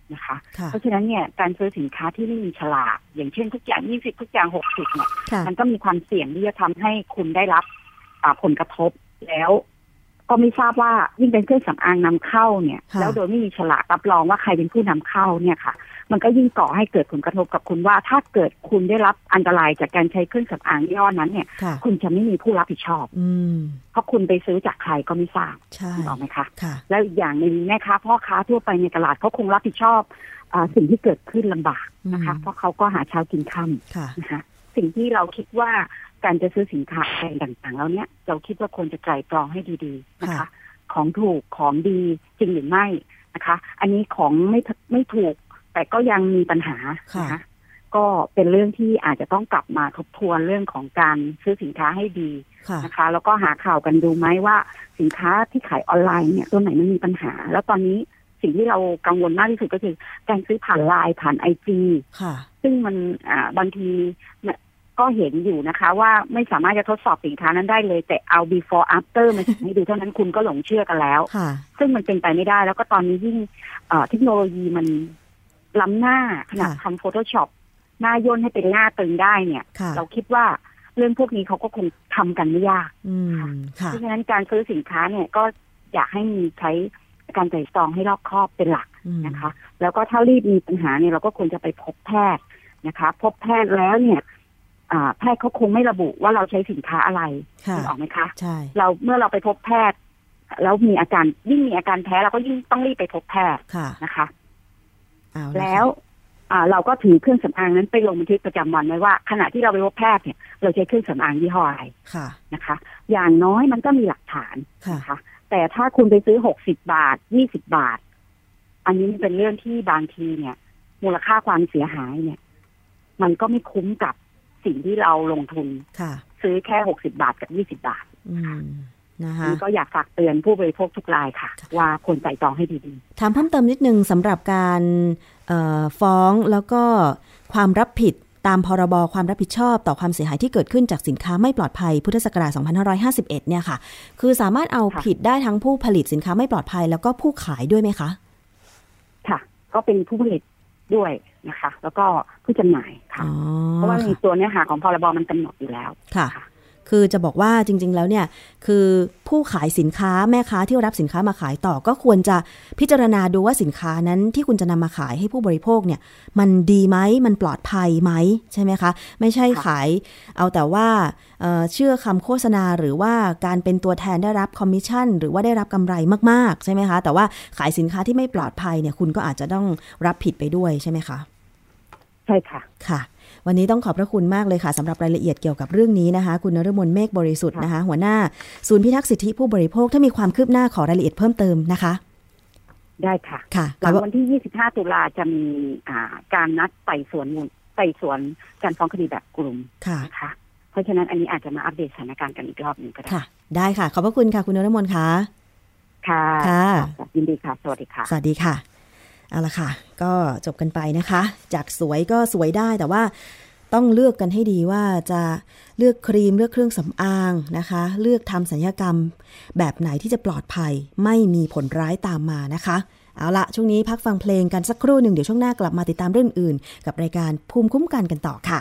D: นะคะเพราะฉะนั้นเนี่ยการซื้อสินค้าที่ไม่มีฉลากอย่างเช่นทุกอย่าง20ทุกอย่าง60เนี่ยมันก็มีความเสี่ยงที่จะทำให้คุณได้รับผลกระทบแล้วก็ไม่ทราบว่ายิ่งเป็นเครื่องสำอางนำเข้าเนี่ยแล้วโดยไม่มีฉลากรับรองว่าใครเป็นผู้นำเข้าเนี่ยค่ะมันก็ยิ่งก่อให้เกิดผลกระทบกับคุณว่าถ้าเกิดคุณได้รับอันตรายจากการใช้เครื่องสำอางยี่ห้อนั้นเนี่ยคุณจะไม่มีผู้รับผิดชอบเพราะคุณไปซื้อจากใครก็ไม่ทราบถูกไหมคะแล้วอีกอย่างหนึ่งแม่ค้าพ่อค้าทั่วไปในตลาดเขาคงรับผิดชอบสิ่งที่เกิดขึ้นลำบากนะคะเพราะเขาก็หาเช้ากินค่ำนะคะสิ่งที่เราคิดว่าการจะซื้อสินค้าอะไรต่างๆแล้วเนี่ยเราคิดว่าควรจะไตร่ตรองให้ดีๆนะคะของถูกของดีจริงหรือไม่นะคะอันนี้ของไม่ถูกแต่ก็ยังมีปัญหานะคะก็เป็นเรื่องที่อาจจะต้องกลับมาทบทวนเรื่องของการซื้อสินค้าให้ดีนะคะแล้วก็หาข่าวกันดูไหมว่าสินค้าที่ขายออนไลน์เนี่ยตัวไหนมันมีปัญหาแล้วตอนนี้สิ่งที่เรากังวลมากที่สุดก็คือการซื้อผ่านไลน์ผ่านIGซึ่งมันบางทีก็เห็นอยู่นะคะว่าไม่สามารถจะทดสอบสินค้านั้นได้เลยแต่เอา before after มาให้ดูเท่านั้นคุณก็หลงเชื่อกันแล้วซึ่งมันเป็นไปไม่ได้แล้วก็ตอนนี้ยิ่งเทคโนโลยีมันล้ำหน้าขนาดทำ Photoshop หน้าย่นให้เป็นหน้าตึงได้เนี่ยเราคิดว่าเรื่องพวกนี้เขาก็คงทำกันไม่ยากเพราะฉะนั้นการซื้อสินค้าเนี่ยก็อยากให้มีใช้การไตร่ตรองให้รอบคอบเป็นหลักนะคะแล้วก็ถ้ารีบมีปัญหาเนี่ยเราก็ควรจะไปพบแพทย์นะคะพบแพทย์แล้วเนี่ยแพทย์เขาคงไม่ระบุว่าเราใช้สินค้าอะไรถูกไหมคะใช่เมื่อเราไปพบแพทย์แล้วมีอาการยิ่งมีอาการแพ้เราก็ยิ่งต้องรีบไปพบแพทย์นะคะแล้วเราก็ถือเครื่องสำอางนั้นไปลงบันทึกประจำวันไว้ว่าขณะที่เราไปพบแพทย์เนี่ยเราใช้เครื่องสำอางยี่ห้ออะไรนะคะอย่างน้อยมันก็มีหลักฐานนะคะแต่ถ้าคุณไปซื้อ60 บาท20 บาทอันนี้เป็นเรื่องที่บางทีเนี่ยมูลค่าความเสียหายเนี่ยมันก็ไม่คุ้มกับสิ่งที่เราลงทุนซื้อแค่60 บาทกับ20 บาทนะคะก็อยากฝากเตือนผู้บริโภคทุกรายค่ะว่าควรไตร่ตรองให้ดีๆ
C: ถามเพิ่มเติมนิดนึงสำหรับการฟ้องแล้วก็ความรับผิดตามพรบความรับผิดชอบต่อความเสียหายที่เกิดขึ้นจากสินค้าไม่ปลอดภัยพุทธศักราช2551เนี่ยค่ะคือสามารถเอาผิดได้ทั้งผู้ผลิตสินค้าไม่ปลอดภัยแล้วก็ผู้ขายด้วยไหมคะ
D: ค่ะก็เป็นผู้ผลิตด้วยนะคะแล้วก็ผู้จำหน่ายค่ะเพราะว่าในตัวเนื้อหาของพรบมันกำหนดอยู่แล้ว
C: ค่ะคือจะบอกว่าจริงๆแล้วเนี่ยคือผู้ขายสินค้าแม่ค้าที่รับสินค้ามาขายต่อก็ควรจะพิจารณาดูว่าสินค้านั้นที่คุณจะนำมาขายให้ผู้บริโภคเนี่ยมันดีไหมมันปลอดภัยไหมใช่ไหมคะไม่ใช่ขายเอาแต่ว่าเชื่อคำโฆษณาหรือว่าการเป็นตัวแทนได้รับคอมมิชชั่นหรือว่าได้รับกำไรมากๆใช่ไหมคะแต่ว่าขายสินค้าที่ไม่ปลอดภัยเนี่ยคุณก็อาจจะต้องรับผิดไปด้วยใช่ไหมคะ
D: ใช่ค่ะ
C: ค่ะวันนี้ต้องขอบพระคุณมากเลยค่ะสำหรับรายละเอียดเกี่ยวกับเรื่องนี้นะคะคุณนฤมลเมฆบริสุทธิ์นะคะหัวหน้าศูนย์พิทักษ์สิทธิผู้บริโภคถ้ามีความคืบหน้าขอรายละเอียดเพิ่มเติมนะคะ
D: ได้ค่ะหลังวันที่25 ตุลาจะมีการนัดไต่สวนการฟ้องคดีแบบกลุ่มนะคะเพราะฉะนั้นอันนี้อาจจะมาอัปเดตสถานการณ์กันอีกรอบนึงก็ได้
C: ค่ะได้ค่ะขอบพระคุณค่ะคุณนฤมลค่ะ
D: ค่ะยินดีค่ะสวัสดีค่ะ
C: สวัสดีค่ะเอาละค่ะก็จบกันไปนะคะจากสวยก็สวยได้แต่ว่าต้องเลือกกันให้ดีว่าจะเลือกครีมเลือกเครื่องสำอางนะคะเลือกทำศัลยกรรมแบบไหนที่จะปลอดภัยไม่มีผลร้ายตามมานะคะเอาละช่วงนี้พักฟังเพลงกันสักครู่หนึ่งเดี๋ยวช่วงหน้ากลับมาติดตามเรื่องอื่นกับรายการภูมิคุ้มกันกันต่อค่ะ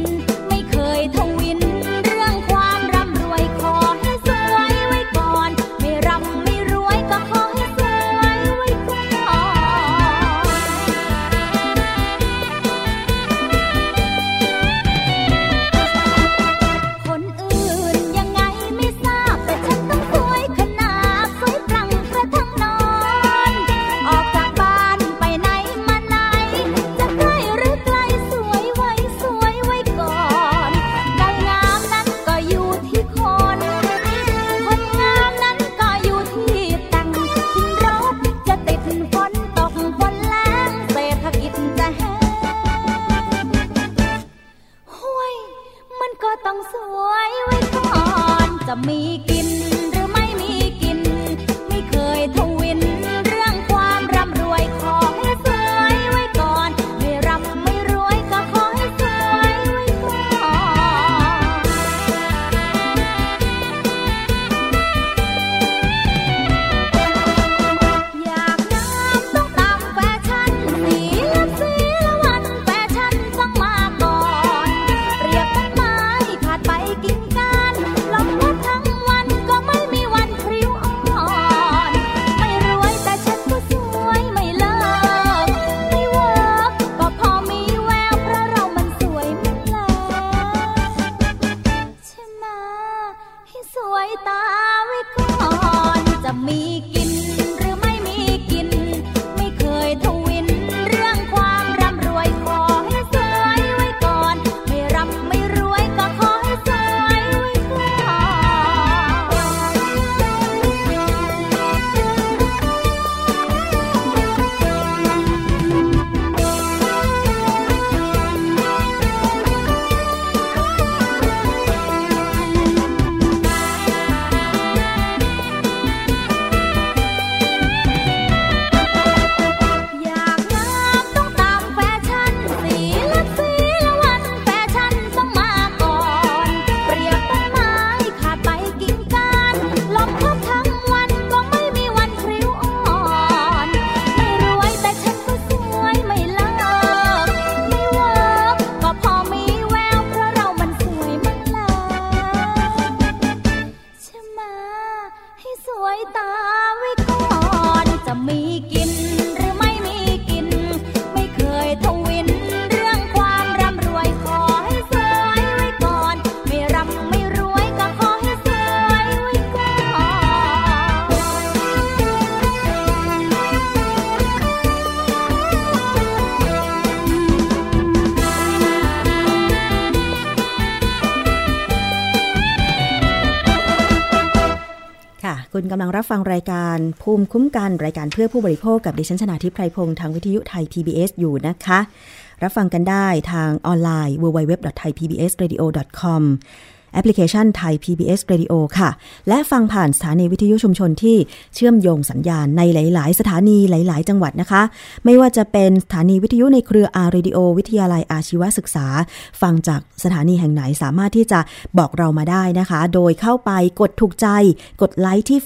B: ความร่ำรวยขอให้สวยไว้ก่อนสวยไว้ก่อนจะมีกินหรือไม่มีกินไม่เคยทวินเรื่องความร่ำรวยขอให้สวยไว้ก่อนไม่ร่ำไม่รวยก็ขอให้สวยไว้ก่อนอยากงามต้องตามแฟชั่นสีละวันแฟชั่นต้องมาก่อนเปรียบต้นไม้ขาดไปกิ่งก้านลมพัดทั้งวันก็ไม่มีวันพริ้วอ่อนไม่รวยแต่ฉันก็สวยไม่เลิกไม่เวิร์กก็พอมีแววเพราะเรามันสวยไม่แลใช่ไหมให้สวยตาไว้ก่อนจะมีกินหรือไม่มีกินไม่เคยทวินเรื่องความร่ำรวยขอให้สวยไว้ก่อนไม่ร่ำไม่รวยก็ขอให้สวยไว้ก่อนอยากงามต้องตามแฟชั่นสีละวันแฟชั่นต้องมาก่อนเปรียบต้นไม้ขาดไปกิ่งก้านลมพัดทั้งวันก็ไม่มีวันพริ้วอ่อนไม่รวยแต่ฉันก็สวยไม่เลิกไม่เวิร์กก็พอมีแววเพราะเรามันสวยมันแลใช่ไหมให้สวยตาไว้ก่อนจะมีกินหรือไม่มีกินไม่เคยทวินเรื่องความร่ำรวยขอให้สวยไว้ก่อนไม่ร่ำไม่รวยก็ขอให้สวยไว้ก่อน
C: ค่ะคุณกำลังรับฟังรายการภูมิคุ้มกันรายการเพื่อผู้บริโภคกับดิฉันชนาธิป ไพรพงษ์ทางวิทยุไทย PBS อยู่นะคะรับฟังกันได้ทางออนไลน์ www.thaipbsradio.com แอปพลิเคชัน Thai PBS Radio ค่ะและฟังผ่านสถานีวิทยุชุมชนที่เชื่อมโยงสัญญาณในหลายๆสถานีหลายๆจังหวัดนะคะไม่ว่าจะเป็นสถานีวิทยุในเครือ R-Radio วิทยาลัยอาชีวศึกษาฟังจากสถานีแห่งไหนสามารถที่จะบอกเรามาได้นะคะโดยเข้าไปกดถูกใจกดไลค์ที่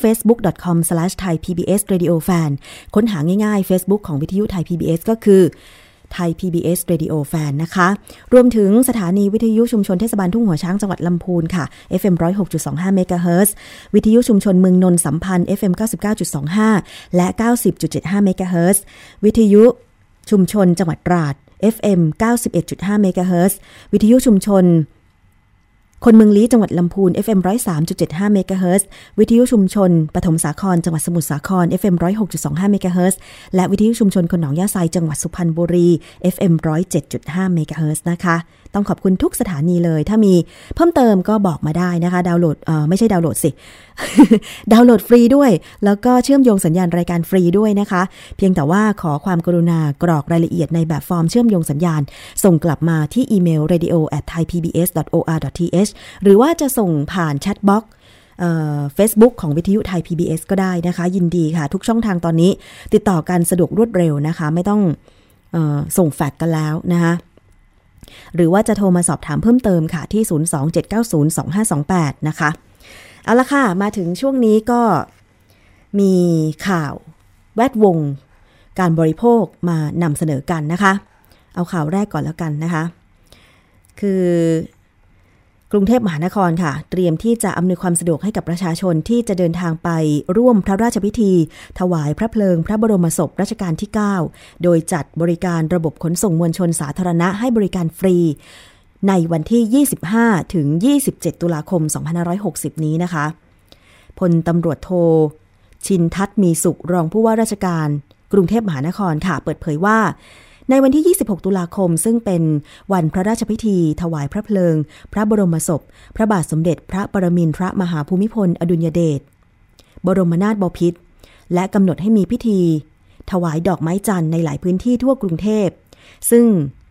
C: facebook.com/thaipbsradiofan ค้นหาง่ายๆ Facebook ของวิทยุไทย PBS ก็คือไทย PBS Radio Fan นะคะรวมถึงสถานีวิทยุชุมชนเทศบาลทุ่งหัวช้างจังหวัดลำพูนค่ะ FM 106.25 เมกะเฮิรตซ์วิทยุชุมชนเมืองนนท์สัมพันธ์ FM 99.25 และ 90.75 เมกะเฮิรตซ์วิทยุชุมชนจังหวัดตราด FM 91.5 เมกะเฮิรตซ์วิทยุชุมชนคนเมืองลี้จังหวัดลำพูน FM 103.75 เมกะเฮิรตซ์วิทยุชุมชนปฐมสาครจังหวัดสมุทรสาคร FM 106.25 เมกะเฮิรตซ์และวิทยุชุมชนคนหนองยาไซจังหวัดสุพรรณบุรี FM 107.5 เมกะเฮิรตซ์นะคะต้องขอบคุณทุกสถานีเลยถ้ามีเพิ่มเติมก็บอกมาได้นะคะดาวน์โหลดไม่ใช่ดาวน์โหลดสิ ดาวน์โหลดฟรีด้วยแล้วก็เชื่อมโยงสัญญาณรายการฟรีด้วยนะคะเพียงแต่ว่าขอความกรุณากรอกรายละเอียดในแบบฟอร์มเชื่อมโยงสัญญาณส่งกลับมาที่อีเมล radio@thaipbs.or.th หรือว่าจะส่งผ่านแชทบ็อกซ์Facebook ของวิทยุไทย PBS ก็ได้นะคะยินดีค่ะทุกช่องทางตอนนี้ติดต่อกันสะดวกรวดเร็วนะคะไม่ต้องส่งแฟกซ์กันแล้วนะคะหรือว่าจะโทรมาสอบถามเพิ่มเติมค่ะที่027902528นะคะเอาละค่ะมาถึงช่วงนี้ก็มีข่าวแวดวงการบริโภคมานำเสนอกันนะคะเอาข่าวแรกก่อนแล้วกันนะคะคือกรุงเทพมหานครค่ะเตรียมที่จะอำนวยความสะดวกให้กับประชาชนที่จะเดินทางไปร่วมพระราชพิธีถวายพระเพลิงพระบรมศพรัชกาลที่ 9โดยจัดบริการระบบขนส่งมวลชนสาธารณะให้บริการฟรีในวันที่25ถึง27ตุลาคม2560นี้นะคะพลตำรวจโทชินทัศน์มีสุขรองผู้ว่าราชการกรุงเทพมหานครค่ะเปิดเผยว่าในวันที่26ตุลาคมซึ่งเป็นวันพระราชพิธีถวายพระเพลิงพระบรมศพพระบาทสมเด็จพระปรมินทรมหาภูมิพลอดุลยเดชบรมนาถบพิตรและกำหนดให้มีพิธีถวายดอกไม้จันทร์ในหลายพื้นที่ทั่วกรุงเทพซึ่ง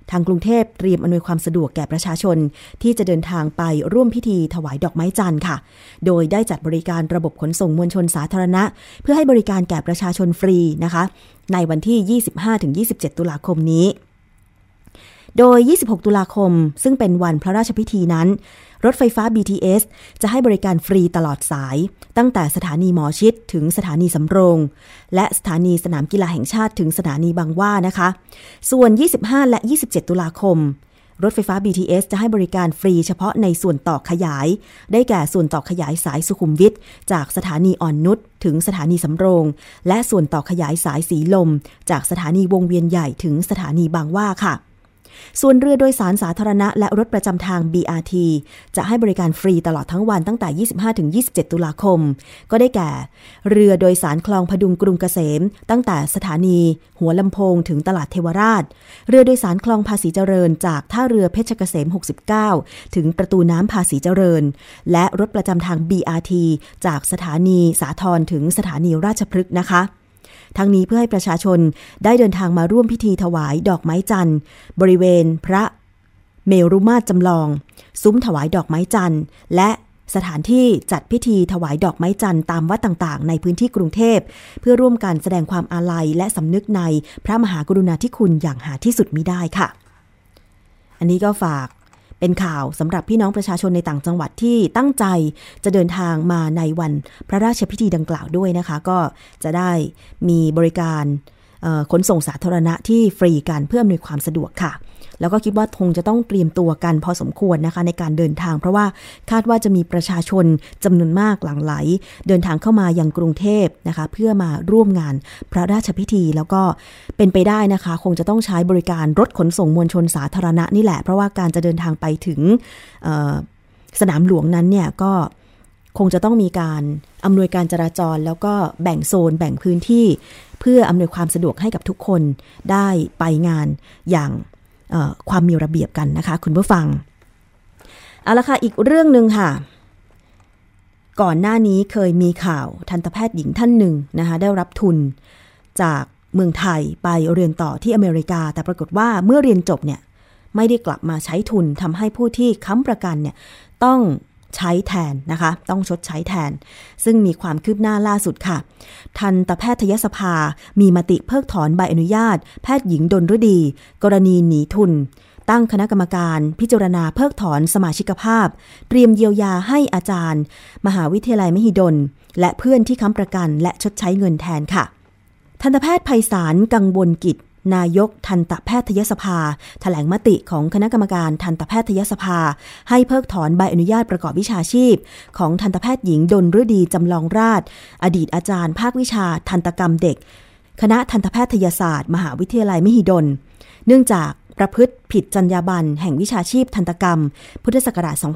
C: ทางกรุงเทพเตรียมอำนวยความสะดวกแก่ประชาชนที่จะเดินทางไปร่วมพิธีถวายดอกไม้จันทร์ค่ะโดยได้จัดบริการระบบขนส่งมวลชนสาธารณะเพื่อให้บริการแก่ประชาชนฟรีนะคะในวันที่ 25-27 ตุลาคมนี้โดย 26 ตุลาคมซึ่งเป็นวันพระราชพิธีนั้นรถไฟฟ้า BTS จะให้บริการฟรีตลอดสายตั้งแต่สถานีหมอชิตถึงสถานีสำโรงและสถานีสนามกีฬาแห่งชาติถึงสถานีบางหว้านะคะส่วน 25 และ 27 ตุลาคมรถไฟฟ้า BTS จะให้บริการฟรีเฉพาะในส่วนต่อขยายได้แก่ส่วนต่อขยายสายสุขุมวิทจากสถานีอ่อนนุชถึงสถานีสำโรงและส่วนต่อขยายสายสีลมจากสถานีวงเวียนใหญ่ถึงสถานีบางหว้าค่ะส่วนเรือโดยสารสาธารณะและรถประจำทาง BRT จะให้บริการฟรีตลอดทั้งวันตั้งแต่ 25-27 ตุลาคมก็ได้แก่เรือโดยสารคลองพดุงกรุงเกษมตั้งแต่สถานีหัวลำโพงถึงตลาดเทวราชเรือโดยสารคลองภาษีเจริญจากท่าเรือเพชรเกษม 69 ถึงประตูน้ำภาษีเจริญและรถประจำทาง BRT จากสถานีสาทรถึงสถานีราชพฤกษ์นะคะทั้งนี้เพื่อให้ประชาชนได้เดินทางมาร่วมพิธีถวายดอกไม้จันทร์บริเวณพระเมรุมาตรจำลองซุ้มถวายดอกไม้จันทร์และสถานที่จัดพิธีถวายดอกไม้จันทร์ตามวัดต่างๆในพื้นที่กรุงเทพเพื่อร่วมกันแสดงความอาลัยและสำนึกในพระมหากรุณาธิคุณอย่างหาที่สุดมิได้ค่ะอันนี้ก็ฝากเป็นข่าวสำหรับพี่น้องประชาชนในต่างจังหวัดที่ตั้งใจจะเดินทางมาในวันพระราชพิธีดังกล่าวด้วยนะคะก็จะได้มีบริการขนส่งสาธารณะที่ฟรีกันเพื่ออำนวยความสะดวกค่ะแล้วก็คิดว่าคงจะต้องเตรียมตัวกันพอสมควรนะคะในการเดินทางเพราะว่าคาดว่าจะมีประชาชนจำนวนมากหลั่งไหลเดินทางเข้ามายังกรุงเทพนะคะเพื่อมาร่วมงานพระราชพิธีแล้วก็เป็นไปได้นะคะคงจะต้องใช้บริการรถขนส่งมวลชนสาธารณะนี่แหละเพราะว่าการจะเดินทางไปถึงสนามหลวงนั้นเนี่ยก็คงจะต้องมีการอำนวยการจราจรแล้วก็แบ่งโซนแบ่งพื้นที่เพื่ออำนวยความสะดวกให้กับทุกคนได้ไปงานอย่างความมีระเบียบกันนะคะคุณผู้ฟังเอาละค่ะอีกเรื่องนึงค่ะก่อนหน้านี้เคยมีข่าวทันตแพทย์หญิงท่านหนึ่งนะคะได้รับทุนจากเมืองไทยไปเรียนต่อที่อเมริกาแต่ปรากฏว่าเมื่อเรียนจบเนี่ยไม่ได้กลับมาใช้ทุนทำให้ผู้ที่ค้ำประกันเนี่ยต้องใช้แทนนะคะต้องชดใช้แทนซึ่งมีความคืบหน้าล่าสุดค่ะทันตแพทยสภามีมติเพิกถอนใบอนุญาตแพทย์หญิงดลฤดีกรณีหนีทุนตั้งคณะกรรมการพิจารณาเพิกถอนสมาชิกภาพเตรียมเยียวยาให้อาจารย์มหาวิทยาลัยมหิดลและเพื่อนที่ค้ำประกันและชดใช้เงินแทนค่ะทันตแพทย์ไพศาลกังวลกิจนายกทันตแพทยสภาแถลงมติของคณะกรรมการทันตแพทยสภาให้เพิกถอนใบอนุญาตประกอบวิชาชีพของทันตแพทย์หญิงดลฤดีจำลองราชอดีตอาจารย์ภาควิชาทันตกรรมเด็กคณะทันตแพทยศาสตร์มหาวิทยาลัยมหิดลเนื่องจากประพฤติผิดจรรยาบรรณแห่งวิชาชีพทันตกรรมพุทธศักราช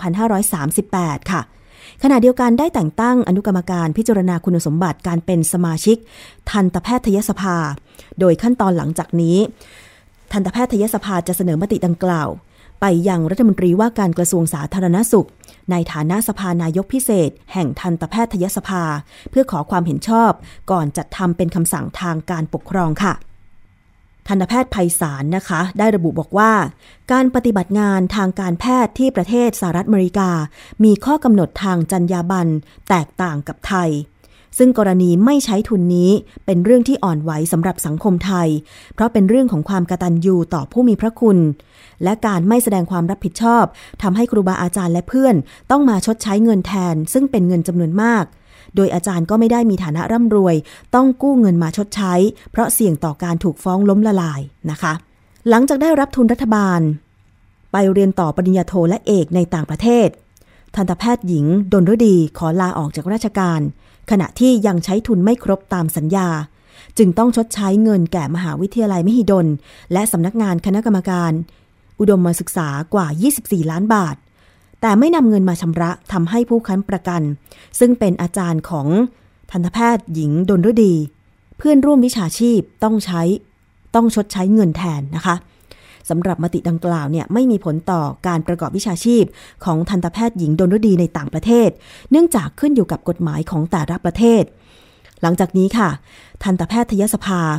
C: 2538 ค่ะขณะเดียวกันได้แต่งตั้งอนุกรรมการพิจารณาคุณสมบัติการเป็นสมาชิกทันตแพทยสภาโดยขั้นตอนหลังจากนี้ทันตแพทยสภาจะเสนอมติดังกล่าวไปยังรัฐมนตรีว่าการกระทรวงสาธารณสุขในฐานะสภานายกพิเศษแห่งทันตแพทยสภาเพื่อขอความเห็นชอบก่อนจัดทำเป็นคำสั่งทางการปกครองค่ะทันตแพทย์ไพศาลนะคะได้ระบุบอกว่าการปฏิบัติงานทางการแพทย์ที่ประเทศสหรัฐอเมริกามีข้อกำหนดทางจรรยาบรรณแตกต่างกับไทยซึ่งกรณีไม่ใช้ทุนนี้เป็นเรื่องที่อ่อนไหวสำหรับสังคมไทยเพราะเป็นเรื่องของความกตัญญูต่อผู้มีพระคุณและการไม่แสดงความรับผิดชอบทำให้ครูบาอาจารย์และเพื่อนต้องมาชดใช้เงินแทนซึ่งเป็นเงินจำนวนมากโดยอาจารย์ก็ไม่ได้มีฐานะร่ำรวยต้องกู้เงินมาชดใช้เพราะเสี่ยงต่อการถูกฟ้องล้มละลายนะคะหลังจากได้รับทุนรัฐบาลไปเรียนต่อปริญญาโทและเอกในต่างประเทศทันตแพทย์หญิงดลฤดีขอลาออกจากราชการขณะที่ยังใช้ทุนไม่ครบตามสัญญาจึงต้องชดใช้เงินแก่มหาวิทยาลัยมหิดลและสำนักงานคณะกรรมการอุดมศึกษากว่า24 ล้านบาทแต่ไม่นำเงินมาชำระทำให้ผู้ค้ำประกันซึ่งเป็นอาจารย์ของทันตแพทย์หญิงดลฤดีเพื่อนร่วมวิชาชีพต้องชดใช้เงินแทนนะคะสำหรับมติดังกล่าวเนี่ยไม่มีผลต่อการประกอบวิชาชีพของทันตแพทย์หญิงดลฤดีในต่างประเทศเนื่องจากขึ้นอยู่กับกฎหมายของแต่ละประเทศหลังจากนี้ค่ะทันตแพทยสภา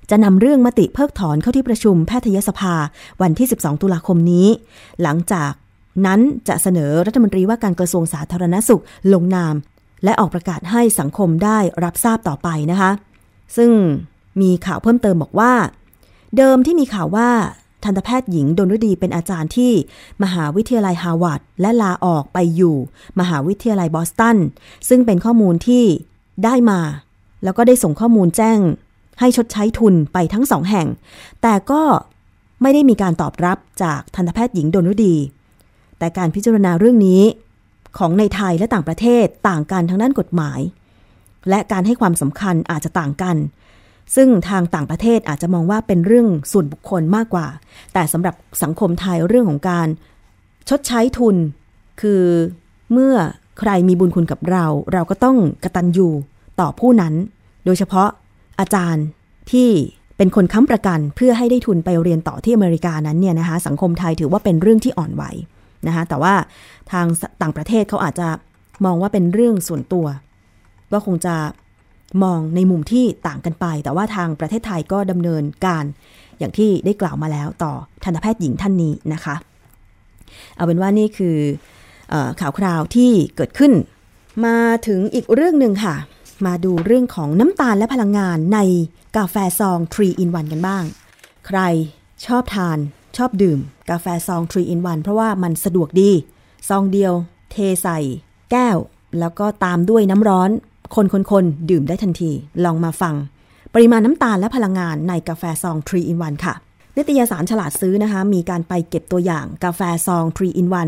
C: จะนำเรื่องมติเพิกถอนเข้าที่ประชุมแพทยสภาวันที่12ตุลาคมนี้หลังจากนั้นจะเสนอรัฐมนตรีว่าการกระทรวงสาธารณสุขลงนามและออกประกาศให้สังคมได้รับทราบต่อไปนะคะซึ่งมีข่าวเพิ่มเติมบอกว่าเดิมที่มีข่าวว่าทันตแพทย์หญิงดลฤดีเป็นอาจารย์ที่มหาวิทยาลัยฮาร์วาร์ดและลาออกไปอยู่มหาวิทยาลัยบอสตันซึ่งเป็นข้อมูลที่ได้มาแล้วก็ได้ส่งข้อมูลแจ้งให้ชดใช้ทุนไปทั้งสองแห่งแต่ก็ไม่ได้มีการตอบรับจากทันตแพทย์หญิงดลฤดีแต่การพิจารณาเรื่องนี้ของในไทยและต่างประเทศต่างกันทางด้านกฎหมายและการให้ความสำคัญอาจจะต่างกันซึ่งทางต่างประเทศอาจจะมองว่าเป็นเรื่องส่วนบุคคลมากกว่าแต่สำหรับสังคมไทยเรื่องของการชดใช้ทุนคือเมื่อใครมีบุญคุณกับเราก็ต้องกตัญญูต่อผู้นั้นโดยเฉพาะอาจารย์ที่เป็นคนค้ำประกันเพื่อให้ได้ทุนไปเรียนต่อที่อเมริกานั้นเนี่ยนะคะสังคมไทยถือว่าเป็นเรื่องที่อ่อนไหวนะคะแต่ว่าทางต่างประเทศเขาอาจจะมองว่าเป็นเรื่องส่วนตัวก็คงจะมองในมุมที่ต่างกันไปแต่ว่าทางประเทศไทยก็ดำเนินการอย่างที่ได้กล่าวมาแล้วต่อทันตแพทย์หญิงท่านนี้นะคะเอาเป็นว่านี่คือข่าวคราวที่เกิดขึ้นมาถึงอีกเรื่องนึงค่ะมาดูเรื่องของน้ำตาลและพลังงานในกาแฟซอง 3 in 1 กันบ้างใครชอบทานชอบดื่มกาแฟซอง 3 in 1เพราะว่ามันสะดวกดีซองเดียวเทใส่แก้วแล้วก็ตามด้วยน้ำร้อนคนดื่มได้ทันทีลองมาฟังปริมาณน้ำตาลและพลังงานในกาแฟซอง 3 in 1 ค่ะนิตยสารฉลาดซื้อนะคะมีการไปเก็บตัวอย่างกาแฟซอง 3 in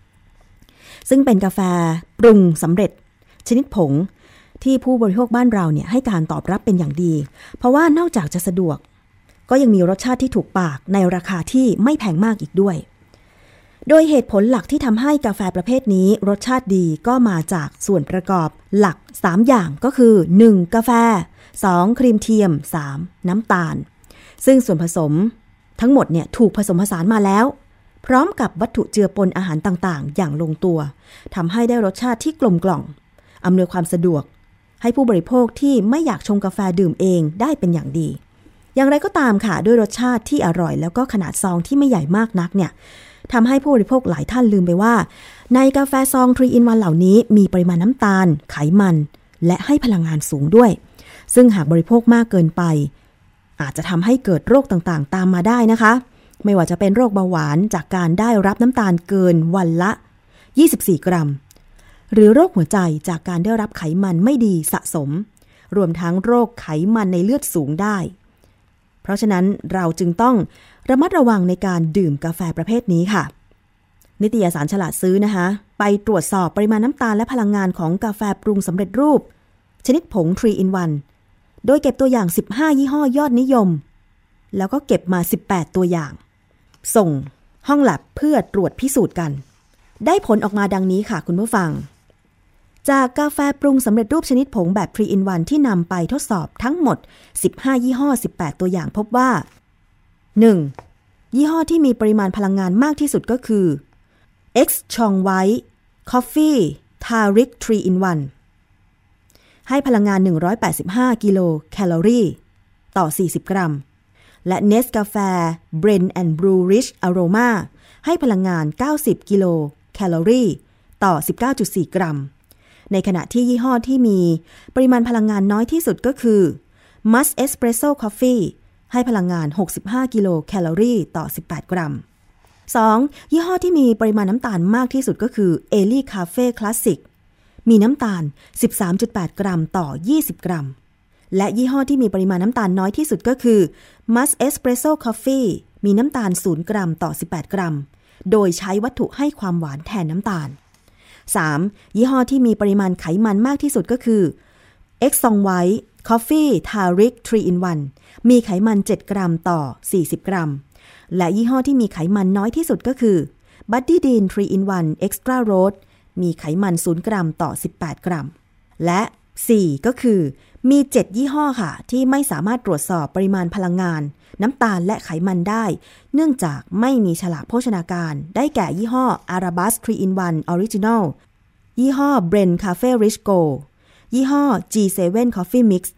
C: 1ซึ่งเป็นกาแฟปรุงสำเร็จชนิดผงที่ผู้บริโภคบ้านเราเนี่ยให้การตอบรับเป็นอย่างดีเพราะว่านอกจากจะสะดวกก็ยังมีรสชาติที่ถูกปากในราคาที่ไม่แพงมากอีกด้วยโดยเหตุผลหลักที่ทำให้กาแฟประเภทนี้รสชาติดีก็มาจากส่วนประกอบหลัก3อย่างก็คือ 1. กาแฟ 2. ครีมเทียม 3. น้ำตาลซึ่งส่วนผสมทั้งหมดเนี่ยถูกผสมผสานมาแล้วพร้อมกับวัตถุเจือปนอาหารต่างๆอย่างลงตัวทำให้ได้รสชาติที่กลมกล่อมอำนวยความสะดวกให้ผู้บริโภคที่ไม่อยากชงกาแฟดื่มเองได้เป็นอย่างดีอย่างไรก็ตามค่ะด้วยรสชาติที่อร่อยแล้วก็ขนาดซองที่ไม่ใหญ่มากนักเนี่ยทำให้ผู้บริโภคหลายท่านลืมไปว่าในกาแฟซอง 3 in 1 เหล่านี้มีปริมาณน้ำตาลไขมันและให้พลังงานสูงด้วยซึ่งหากบริโภคมากเกินไปอาจจะทำให้เกิดโรคต่างๆตามมาได้นะคะไม่ว่าจะเป็นโรคเบาหวานจากการได้รับน้ำตาลเกินวันละ24 กรัมหรือโรคหัวใจจากการได้รับไขมันไม่ดีสะสมรวมทั้งโรคไขมันในเลือดสูงได้เพราะฉะนั้นเราจึงต้องระมัดระวังในการดื่มกาแฟประเภทนี้ค่ะนิตยสารฉลาดซื้อนะคะไปตรวจสอบปริมาณน้ำตาลและพลังงานของกาแฟปรุงสำเร็จรูปชนิดผง 3 in 1โดยเก็บตัวอย่าง15ยี่ห้อยอดนิยมแล้วก็เก็บมา18ตัวอย่างส่งห้องแลบเพื่อตรวจพิสูจน์กันได้ผลออกมาดังนี้ค่ะคุณผู้ฟังจากกาแฟปรุงสำเร็จรูปชนิดผงแบบ 3 in 1ที่นำไปทดสอบทั้งหมด15ยี่ห้อ18ตัวอย่างพบว่า 1. ยี่ห้อที่มีปริมาณพลังงานมากที่สุดก็คือ X Chong White Coffee Tarik 3 in 1ให้พลังงาน185กิโลแคลอรี่ต่อ40กรัมและ Nescafe Blend and Brew Rich Aroma ให้พลังงาน90กิโลแคลอรี่ต่อ 19.4 กรัมในขณะที่ยี่ห้อที่มีปริมาณพลังงานน้อยที่สุดก็คือ Musk Espresso Coffee ให้พลังงาน65กิโลแคลอรี่ต่อ18กรัม 2. ยี่ห้อที่มีปริมาณน้ำตาลมากที่สุดก็คือ Ellie Cafe Classic มีน้ำตาล 13.8 กรัมต่อ20กรัมและยี่ห้อที่มีปริมาณน้ำตาลน้อยที่สุดก็คือ Musk Espresso Coffee มีน้ำตาล0กรัมต่อ18กรัมโดยใช้วัตถุให้ความหวานแทนน้ำตาล 3. ยี่ห้อที่มีปริมาณไขมันมากที่สุดก็คือ X Chong White Coffee Tarik 3 in 1มีไขมัน7กรัมต่อ40กรัมและยี่ห้อที่มีไขมันน้อยที่สุดก็คือ Buddy Dean 3 in 1 Extra Road มีไขมัน0กรัมต่อ18กรัมและ 4. ก็คือมี7ยี่ห้อค่ะที่ไม่สามารถตรวจสอบปริมาณพลังงานน้ำตาลและไขมันได้เนื่องจากไม่มีฉลากโภชนาการได้แก่ยี่ห้อ Arabas 3 in 1 Original ยี่ห้อ Blend Cafe Rich Gold ยี่ห้อ G7 Coffee Mix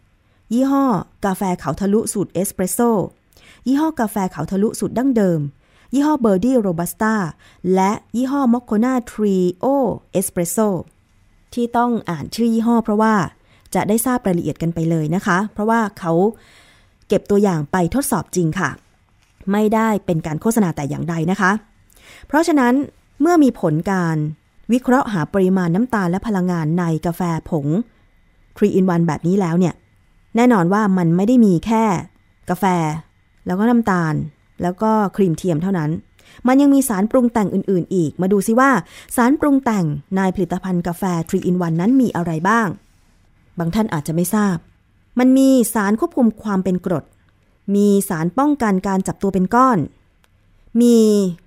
C: ยี่ห้อกาแฟขาวทะลุสูตรเอสเปรสโซ่ยี่ห้อกาแฟขาวทะลุสูตรดั้งเดิมยี่ห้อเบอร์ดี้โรบัสต้าและยี่ห้อมอคโคนาทรีโอเอสเปรสโซ่ที่ต้องอ่านชื่อยี่ห้อเพราะว่าจะได้ทราบรายละเอียดกันไปเลยนะคะเพราะว่าเขาเก็บตัวอย่างไปทดสอบจริงค่ะไม่ได้เป็นการโฆษณาแต่อย่างใดนะคะเพราะฉะนั้นเมื่อมีผลการวิเคราะห์หาปริมาณน้ำตาลและพลังงานในกาแฟผง 3-in-1 แบบนี้แล้วเนี่ยแน่นอนว่ามันไม่ได้มีแค่กาแฟแล้วก็น้ำตาลแล้วก็ครีมเทียมเท่านั้นมันยังมีสารปรุงแต่งอื่นๆอีกมาดูซิว่าสารปรุงแต่งในผลิตภัณฑ์กาแฟ 3-in-1 นั้นมีอะไรบ้างบางท่านอาจจะไม่ทราบมันมีสารควบคุมความเป็นกรดมีสารป้องกันการจับตัวเป็นก้อนมี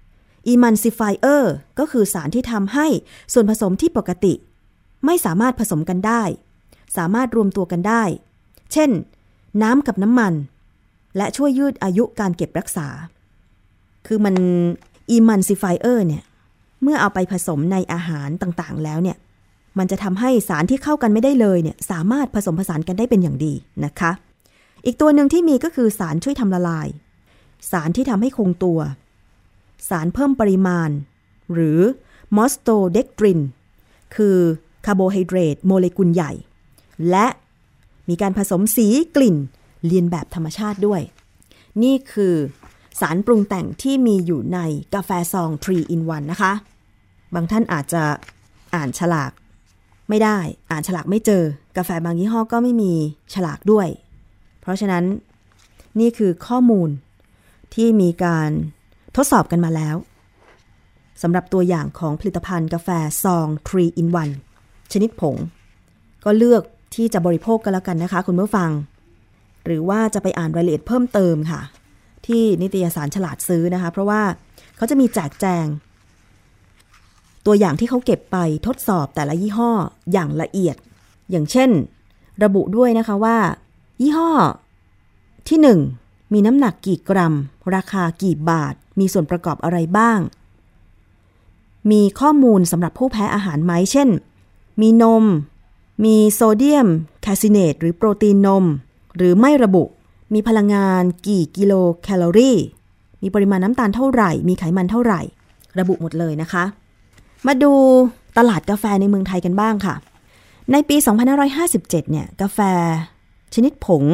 C: emulsifier ก็คือสารที่ทำให้ส่วนผสมที่ปกติไม่สามารถผสมกันได้สามารถรวมตัวกันได้เช่นน้ำกับน้ำมันและช่วยยืดอายุการเก็บรักษาคือมัน emulsifier เนี่ยเมื่อเอาไปผสมในอาหารต่างๆแล้วเนี่ยมันจะทำให้สารที่เข้ากันไม่ได้เลยเนี่ยสามารถผสมผสานกันได้เป็นอย่างดีนะคะอีกตัวหนึ่งที่มีก็คือสารช่วยทำละลายสารที่ทำให้คงตัวสารเพิ่มปริมาณหรือมอสโตเดกตรินคือคาร์โบไฮเดรตโมเลกุลใหญ่และมีการผสมสีกลิ่นเลียนแบบธรรมชาติด้วยนี่คือสารปรุงแต่งที่มีอยู่ในกาแฟซอง 3-in-1 นะคะบางท่านอาจจะอ่านฉลากไม่ได้อ่านฉลากไม่เจอกาแฟบางยี่ห้อก็ไม่มีฉลากด้วยเพราะฉะนั้นนี่คือข้อมูลที่มีการทดสอบกันมาแล้วสำหรับตัวอย่างของผลิตภัณฑ์กาแฟซอง 3-in-1 ชนิดผงก็เลือกที่จะบริโภคกันแล้วกันนะคะคุณผู้ฟังหรือว่าจะไปอ่านรายละเอียดเพิ่มเติมค่ะที่นิตยสารฉลาดซื้อนะคะเพราะว่าเขาจะมีแจกแจงตัวอย่างที่เขาเก็บไปทดสอบแต่ละยี่ห้ออย่างละเอียดอย่างเช่นระบุด้วยนะคะว่ายี่ห้อที่1มีน้ำหนักกี่กรัมราคากี่บาทมีส่วนประกอบอะไรบ้างมีข้อมูลสำหรับผู้แพ้อาหารไหมเช่นมีนมมีโซเดียมแคซิเนตหรือโปรตีนนมหรือไม่ระบุมีพลังงานกี่กิโลแคลอรี่มีปริมาณน้ำตาลเท่าไหร่มีไขมันเท่าไหร่ระบุหมดเลยนะคะมาดูตลาดกาแฟในเมืองไทยกันบ้างค่ะในปี 2557 เนี่ยกาแฟชนิดผง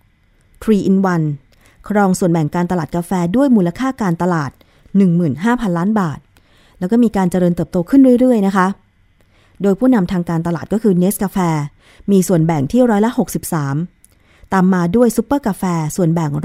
C: 3-in-1 ครองส่วนแบ่งการตลาดกาแฟด้วยมูลค่าการตลาด 15,000 ล้านบาทแล้วก็มีการเจริญเติบโตขึ้นเรื่อยๆนะคะโดยผู้นำทางการตลาดก็คือเนสกาแฟมีส่วนแบ่งที่63%ตามมาด้วยซุปเปอร์กาแฟส่วนแบ่ง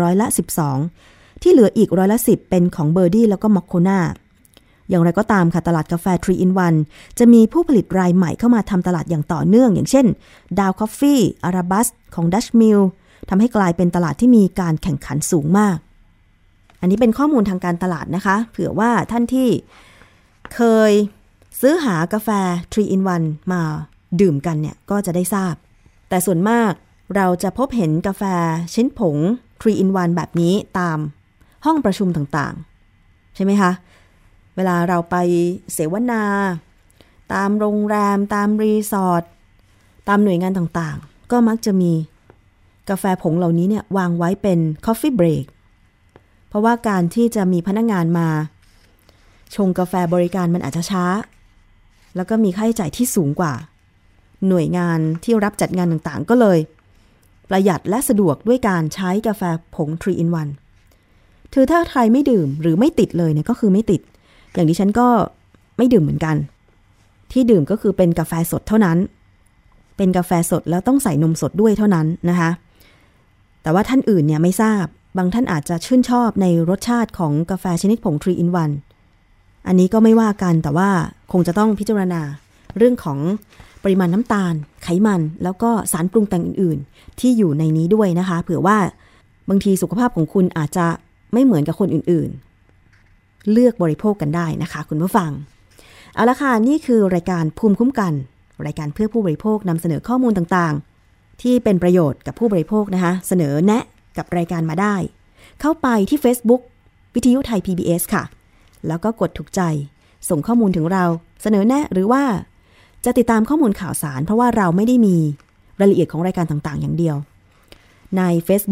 C: 12%ที่เหลืออีก10%เป็นของเบอร์ดี้แล้วก็มอคโคนาอย่างไรก็ตามค่ะตลาดกาแฟ 3-in-1 จะมีผู้ผลิตรายใหม่เข้ามาทำตลาดอย่างต่อเนื่องอย่างเช่นดาวคอฟฟี่อาราบัสของดัชมิลทำให้กลายเป็นตลาดที่มีการแข่งขันสูงมากอันนี้เป็นข้อมูลทางการตลาดนะคะเผื่อว่าท่านที่เคยซื้อหากาแฟ 3-in-1 มาดื่มกันเนี่ยก็จะได้ทราบแต่ส่วนมากเราจะพบเห็นกาแฟชิ้นผง 3-in-1 แบบนี้ตามห้องประชุมต่างๆใช่ไหมคะเวลาเราไปเสวนาตามโรงแรมตามรีสอร์ทตามหน่วยงานต่างๆก็มักจะมีกาแฟผงเหล่านี้เนี่ยวางไว้เป็น coffee break เพราะว่าการที่จะมีพนักงานมาชงกาแฟบริการมันอาจจะช้าแล้วก็มีค่าใช้จ่ายที่สูงกว่าหน่วยงานที่รับจัดงานต่างๆก็เลยประหยัดและสะดวกด้วยการใช้กาแฟผง 3-in-1 คือถ้าใครไม่ดื่มหรือไม่ติดเลยเนี่ยก็คือไม่ติดอย่างดิฉันก็ไม่ดื่มเหมือนกันที่ดื่มก็คือเป็นกาแฟสดเท่านั้นเป็นกาแฟสดแล้วต้องใส่นมสดด้วยเท่านั้นนะคะแต่ว่าท่านอื่นเนี่ยไม่ทราบบางท่านอาจจะชื่นชอบในรสชาติของกาแฟชนิดผง 3-in-1 อันนี้ก็ไม่ว่ากันแต่ว่าคงจะต้องพิจารณาเรื่องของปริมาณน้ำตาลไขมันแล้วก็สารปรุงแต่งอื่นๆที่อยู่ในนี้ด้วยนะคะเผื่อว่าบางทีสุขภาพของคุณอาจจะไม่เหมือนกับคนอื่นๆเลือกบริโภคกันได้นะคะคุณผู้ฟังเอาละค่ะนี่คือรายการภูมิคุ้มกันรายการเพื่อผู้บริโภคนำเสนอข้อมูลต่างๆที่เป็นประโยชน์กับผู้บริโภคนะคะเสนอแนะกับรายการมาได้เข้าไปที่ Facebook วิทยุไทย PBS ค่ะแล้วก็กดถูกใจส่งข้อมูลถึงเราเสนอแนะหรือว่าจะติดตามข้อมูลข่าวสารเพราะว่าเราไม่ได้มีรายละเอียดของรายการต่างๆอย่างเดียวใน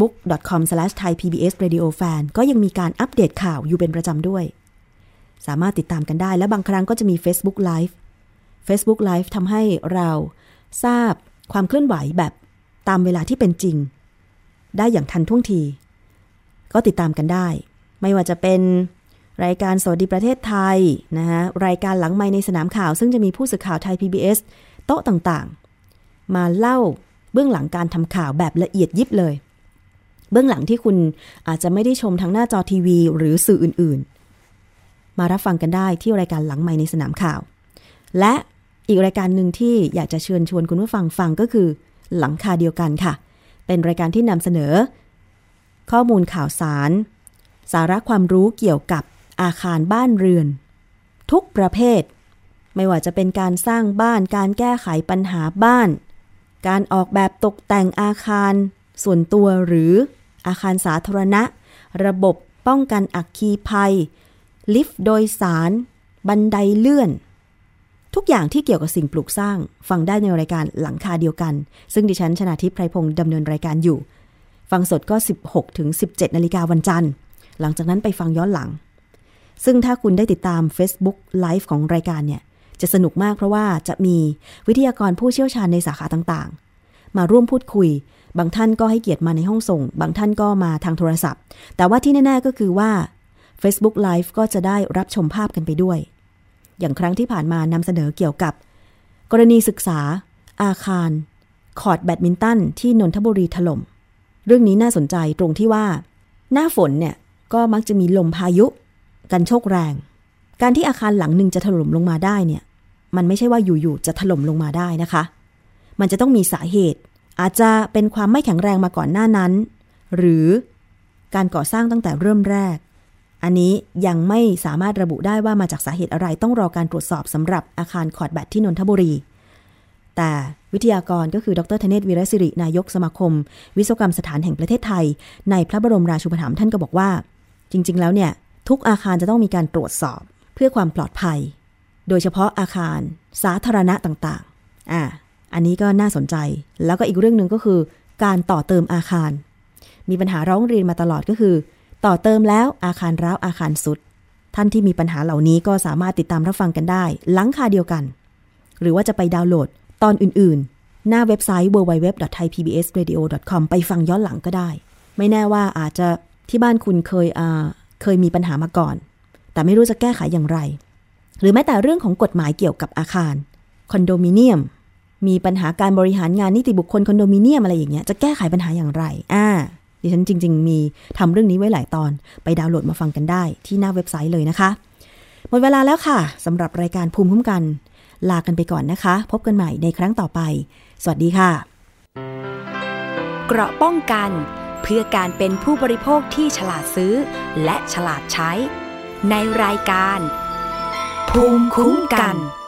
C: facebook.com/thaipbsradiofan ก็ยังมีการอัปเดตข่าวอยู่เป็นประจำด้วยสามารถติดตามกันได้และบางครั้งก็จะมี Facebook Live ทำให้เราทราบความเคลื่อนไหวแบบตามเวลาที่เป็นจริงได้อย่างทันท่วงทีก็ติดตามกันได้ไม่ว่าจะเป็นรายการสวัสดีประเทศไทยนะคะรายการหลังไมค์ในสนามข่าวซึ่งจะมีผู้สื่อข่าวไทย PBS โต๊ะต่างๆมาเล่าเบื้องหลังการทำข่าวแบบละเอียดยิบเลยเบื้องหลังที่คุณอาจจะไม่ได้ชมทางหน้าจอทีวีหรือสื่ออื่นๆมารับฟังกันได้ที่รายการหลังไมค์ในสนามข่าวและอีกรายการหนึ่งที่อยากจะเชิญชวนคุณผู้ฟังก็คือหลังคาเดียวกันค่ะเป็นรายการที่นำเสนอข้อมูลข่าวสารสาระความรู้เกี่ยวกับอาคารบ้านเรือนทุกประเภทไม่ว่าจะเป็นการสร้างบ้านการแก้ไขปัญหาบ้านการออกแบบตกแต่งอาคารส่วนตัวหรืออาคารสาธารณะระบบป้องกันอัคคีภัยลิฟต์โดยสารบันไดเลื่อนทุกอย่างที่เกี่ยวกับสิ่งปลูกสร้างฟังได้ในรายการหลังคาเดียวกันซึ่งดิฉันชนาทิพย์ไพรพงศ์ดำเนินรายการอยู่ฟังสดก็ 16-17 นาฬิกาวันจันทร์หลังจากนั้นไปฟังย้อนหลังซึ่งถ้าคุณได้ติดตาม Facebook Live ของรายการเนี่ยจะสนุกมากเพราะว่าจะมีวิทยากรผู้เชี่ยวชาญในสาขาต่างๆมาร่วมพูดคุยบางท่านก็ให้เกียรติมาในห้องส่งบางท่านก็มาทางโทรศัพท์แต่ว่าที่แน่ๆก็คือว่า Facebook Live ก็จะได้รับชมภาพกันไปด้วยอย่างครั้งที่ผ่านมานำเสนอเกี่ยวกับกรณีศึกษาอาคารคอร์ตแบดมินตันที่นนทบุรีถล่มเรื่องนี้น่าสนใจตรงที่ว่าหน้าฝนเนี่ยก็มักจะมีลมพายุกันโชกแรงการที่อาคารหลังหนึ่งจะถล่มลงมาได้เนี่ยมันไม่ใช่ว่าอยู่ๆจะถล่มลงมาได้นะคะมันจะต้องมีสาเหตุอาจจะเป็นความไม่แข็งแรงมาก่อนหน้านั้นหรือการก่อสร้างตั้งแต่เริ่มแรกอันนี้ยังไม่สามารถระบุได้ว่ามาจากสาเหตุอะไรต้องรอการตรวจสอบสำหรับอาคารคอร์ตแบดที่นนทบุรีแต่วิทยากรก็คือดร.ธเนศ วีรศิรินายกสมาคมวิศวกรรมสถานแห่งประเทศไทยในพระบรมราชูปถัมภ์ท่านก็บอกว่าจริงๆแล้วเนี่ยทุกอาคารจะต้องมีการตรวจสอบเพื่อความปลอดภัยโดยเฉพาะอาคารสาธารณะต่างๆอันนี้ก็น่าสนใจแล้วก็อีกเรื่องนึงก็คือการต่อเติมอาคารมีปัญหาร้องเรียนมาตลอดก็คือต่อเติมแล้วอาคารร้าวอาคารสุดท่านที่มีปัญหาเหล่านี้ก็สามารถติดตามรับฟังกันได้หลังคาเดียวกันหรือว่าจะไปดาวน์โหลดตอนอื่นๆหน้าเว็บไซต์ www.thaipbsradio.com ไปฟังย้อนหลังก็ได้ไม่แน่ว่าอาจจะที่บ้านคุณเคยมีปัญหามาก่อนแต่ไม่รู้จะแก้ไขอย่างไรหรือแม้แต่เรื่องของกฎหมายเกี่ยวกับอาคารคอนโดมิเนียมมีปัญหาการบริหารงานนิติบุคคลคอนโดมิเนียมอะไรอย่างเงี้ยจะแก้ไขปัญหาอย่างไรดิฉันจริงๆมีทำเรื่องนี้ไว้หลายตอนไปดาวน์โหลดมาฟังกันได้ที่หน้าเว็บไซต์เลยนะคะหมดเวลาแล้วค่ะสำหรับรายการภูมิคุ้มกันลากันไปก่อนนะคะพบกันใหม่ในครั้งต่อไปสวัสดีค่ะ
A: เกราะป้องกันเพื่อการเป็นผู้บริโภคที่ฉลาดซื้อและฉลาดใช้ในรายการภูมิคุ้มกัน